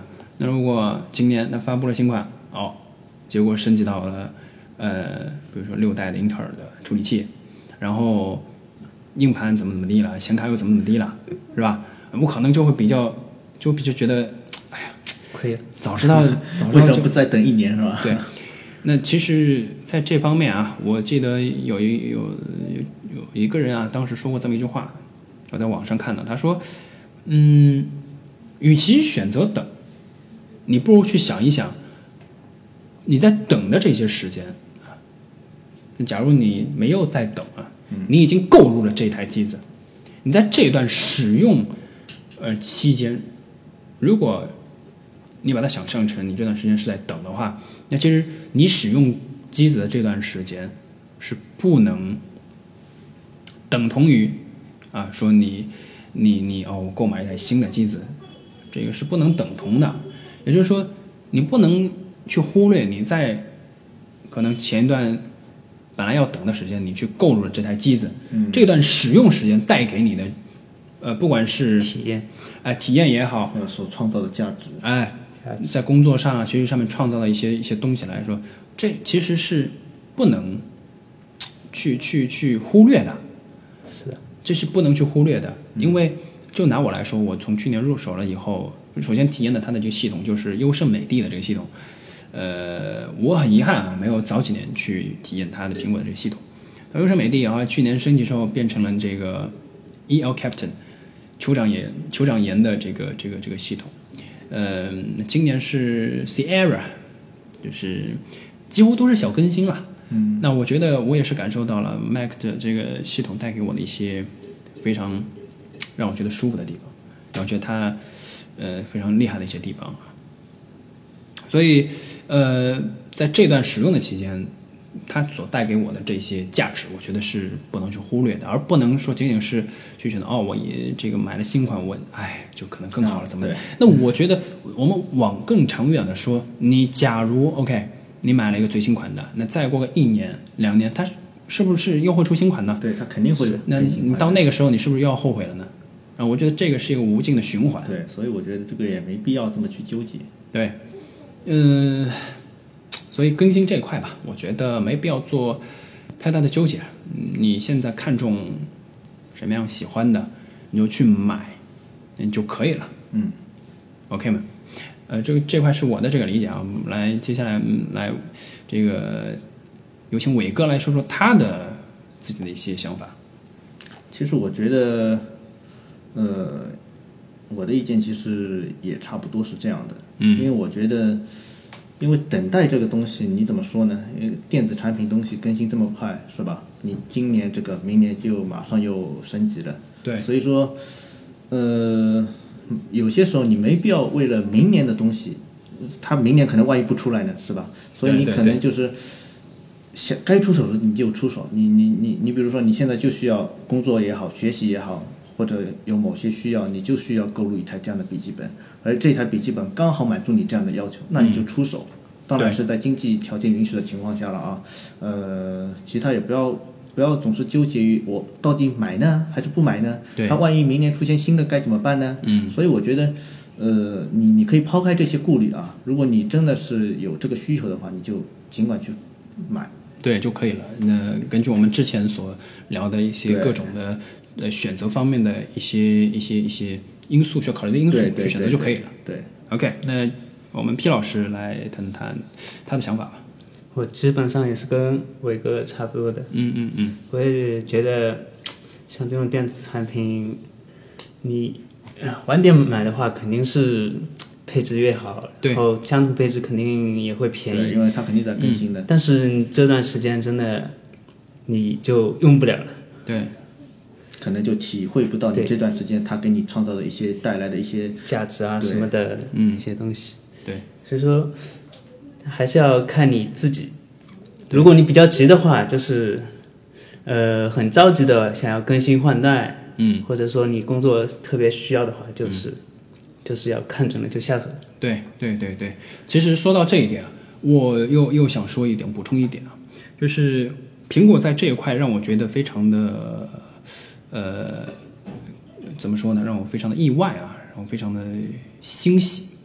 那如果今年它发布了新款，哦，结果升级到了呃，比如说六代的英特尔的处理器，然后硬盘怎么怎么地了，显卡又怎么怎么地了，是吧？我可能就会比较，就比较觉得，哎呀， 亏了， 早知道，早知道为什么不再等一年是吧？ 对。那其实在这方面啊，我记得有一有有有一个人啊，当时说过这么一句话，我在网上看到，他说，嗯，与其选择等，你不如去想一想，你在等的这些时间啊，假如你没有在等啊，你已经购入了这台机子，你在这段使用呃期间，如果你把它想象成你这段时间是在等的话，那其实你使用机子的这段时间是不能等同于啊说你你你哦购买一台新的机子，这个是不能等同的。也就是说，你不能去忽略你在可能前一段本来要等的时间，你去购入了这台机子，嗯、这段使用时间带给你的呃不管是体验， 哎体验也好， 所创造的价值， 哎。在工作上啊、学习上面创造的一些一些东西来说，这其实是不能去去去忽略的。 是的， 这是不能去忽略的，因为就拿我来说，我从去年入手了以后，首先体验的它的这个系统就是优胜美地的这个系统。呃，我很遗憾啊，没有早几年去体验它的苹果的这个系统。优胜美地后来去年升级之后变成了这个 E L Captain 酋长岩酋长岩的这个这个这个系统。呃，今年是 Sierra， 就是几乎都是小更新了。嗯，那我觉得我也是感受到了 Mac 的这个系统带给我的一些非常让我觉得舒服的地方，让我觉得它呃非常厉害的一些地方。所以呃，在这段使用的期间，它所带给我的这些价值，我觉得是不能去忽略的，而不能说仅仅是去选择哦，我也这个买了新款，我哎就可能更好了，怎么的？那我觉得我们往更长远的说，你假如 OK， 你买了一个最新款的，那再过个一年两年，它是不是又会出新款呢？ 对，它肯定会有那你到那个时候，你是不是又要后悔了呢？啊，我觉得这个是一个无尽的循环。 对，所以我觉得这个也没必要这么去纠结。 对，嗯。所以更新这块吧，我觉得没必要做太大的纠结。你现在看中什么样喜欢的，你就去买，你就可以了。 嗯 ，OK 吗？呃，这个这块是我的这个理解啊。我们来接下来来这个有请伟哥来说说他的自己的一些想法。 其实我觉得，呃，我的意见其实也差不多是这样的。嗯，因为我觉得。因为等待这个东西，你怎么说呢？因为电子产品东西更新这么快，是吧？你今年这个，明年就马上又升级了。 对。 所以说，呃，有些时候你没必要为了明年的东西，它明年可能万一不出来呢，是吧？所以你可能就是想该出手的你就出手。你你你你，比如说你现在就需要工作也好，学习也好，或者有某些需要，你就需要购入一台这样的笔记本。而这台笔记本刚好满足你这样的要求，那你就出手。嗯、当然是在经济条件允许的情况下了啊。呃，其他也不要不要总是纠结于我到底买呢还是不买呢？它万一明年出现新的该怎么办呢？嗯，所以我觉得，呃，你你可以抛开这些顾虑啊。如果你真的是有这个需求的话，你就尽管去买， 对就可以了。那根据我们之前所聊的一些各种的呃选择方面的一些一些一些。因素需要考虑的因素去选择就可以了。 对, 对, 对 ，OK， 那我们 P 老师来谈谈他的想法吧。 我基本上也是跟伟哥差不多的。 嗯嗯嗯。 我也觉得，像这种电子产品，你晚点买的话，肯定是配置越好，然后相同配置肯定也会便宜。 对，因为它肯定在更新的。 嗯、但是这段时间真的，你就用不了了。 对。 可能就体会不到你这段时间它给你创造的一些带来的一些价值啊什么的一些东西。 对， 所以说还是要看你自己。如果你比较急的话，就是呃很着急的想要更新换代， 嗯， 或者说你工作特别需要的话，就是、嗯、就是要看准了就下手。 对对对对，其实说到这一点，我又又想说一点，补充一点啊，就是苹果在这一块让我觉得非常的。呃，怎么说呢？让我非常的意外啊，让我非常的欣喜。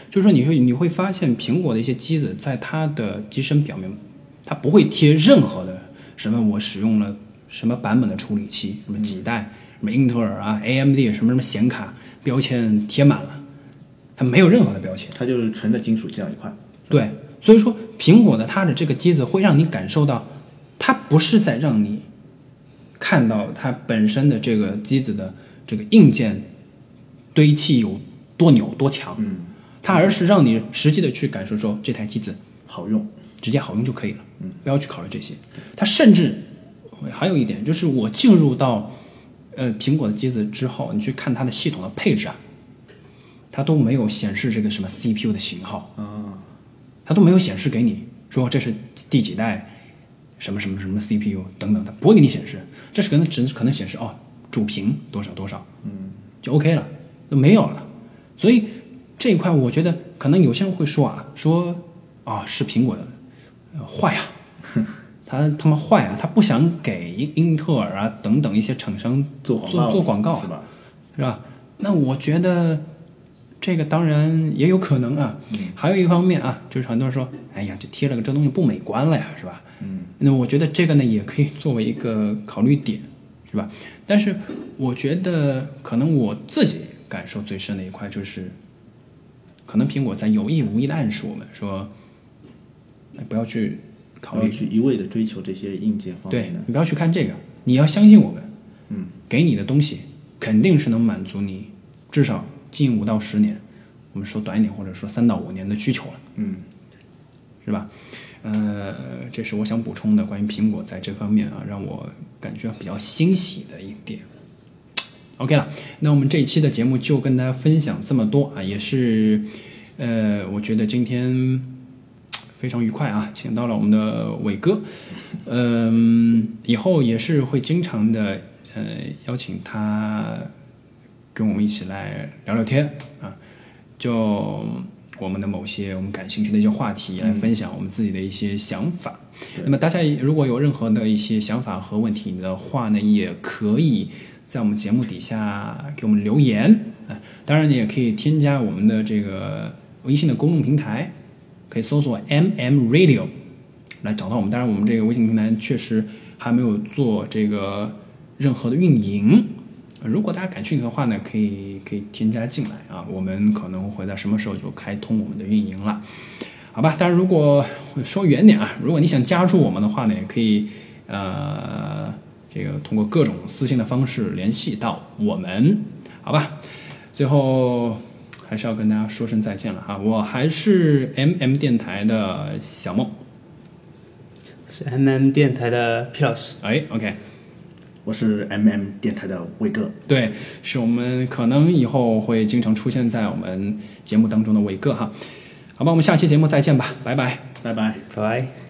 就是说你会你会发现苹果的一些机子在它的机身表面，它不会贴任何的什么我使用了什么版本的处理器，什么几代，什么英特尔啊、A M D 什么什么显卡标签贴满了，它没有任何的标签， 它就是纯的金属这样一块。 对，所以说苹果的它的这个机子会让你感受到，它不是在让你看到它本身的这个机子的这个硬件堆砌有多牛多强， 嗯， 它而是让你实际的去感受说这台机子好用， 直接好用就可以了，嗯，不要去考虑这些。它甚至还有一点就是，我进入到呃苹果的机子之后，你去看它的系统的配置啊，它都没有显示这个什么 C P U 的型号啊， 它都没有显示给你说这是第几代什么什么什么 C P U 等等，它不会给你显示，这是可能只可能显示哦主频多少多少，嗯，就 OK 了，都没有了。所以这一块我觉得可能有些人会说啊，说啊、哦、是苹果的、呃、坏啊。他他妈坏啊！他不想给英特尔啊等等一些厂商做做广告做广告、啊， 是吧？ 是吧？那我觉得这个当然也有可能啊。嗯、还有一方面啊，就是很多人说，哎呀，这贴了个这东西不美观了呀，是吧？嗯。那我觉得这个呢也可以作为一个考虑点，是吧？但是我觉得可能我自己感受最深的一块就是，可能苹果在有意无意的暗示我们说，不要去。考虑去一味的追求这些硬件方面的， 对，你不要去看这个，你要相信我们， 嗯， 给你的东西肯定是能满足你至少近五到十年，我们说短一点或者说三到五年的需求了， 嗯， 是吧？呃，这是我想补充的关于苹果在这方面啊，让我感觉比较欣喜的一点。OK 了，那我们这一期的节目就跟大家分享这么多啊，也是，呃，我觉得今天非常愉快啊，请到了我们的伟哥，嗯、呃，以后也是会经常的呃邀请他跟我们一起来聊聊天啊，就我们的某些我们感兴趣的一些话题来分享我们自己的一些想法。嗯、那么大家如果有任何的一些想法和问题的话呢，也可以在我们节目底下给我们留言啊，当然你也可以添加我们的这个微信的公众平台。可以搜索 M M Radio 来找到我们。当然，我们这个微信平台确实还没有做这个任何的运营。如果大家感兴趣的话呢，可以可以添加进来啊。我们可能会在什么时候就开通我们的运营了，好吧？当然，如果说远点啊，如果你想加入我们的话呢，也可以呃这个通过各种私信的方式联系到我们，好吧？最后。还是要跟大家说声再见了哈，我还是 M M 电台的小梦， 是 M M 电台的 P 老师， 哎 ，OK， 我是 M M 电台的伟哥， 对，是我们可能以后会经常出现在我们节目当中的伟哥哈，好吧，我们下期节目再见吧，拜拜， 拜拜， 拜拜。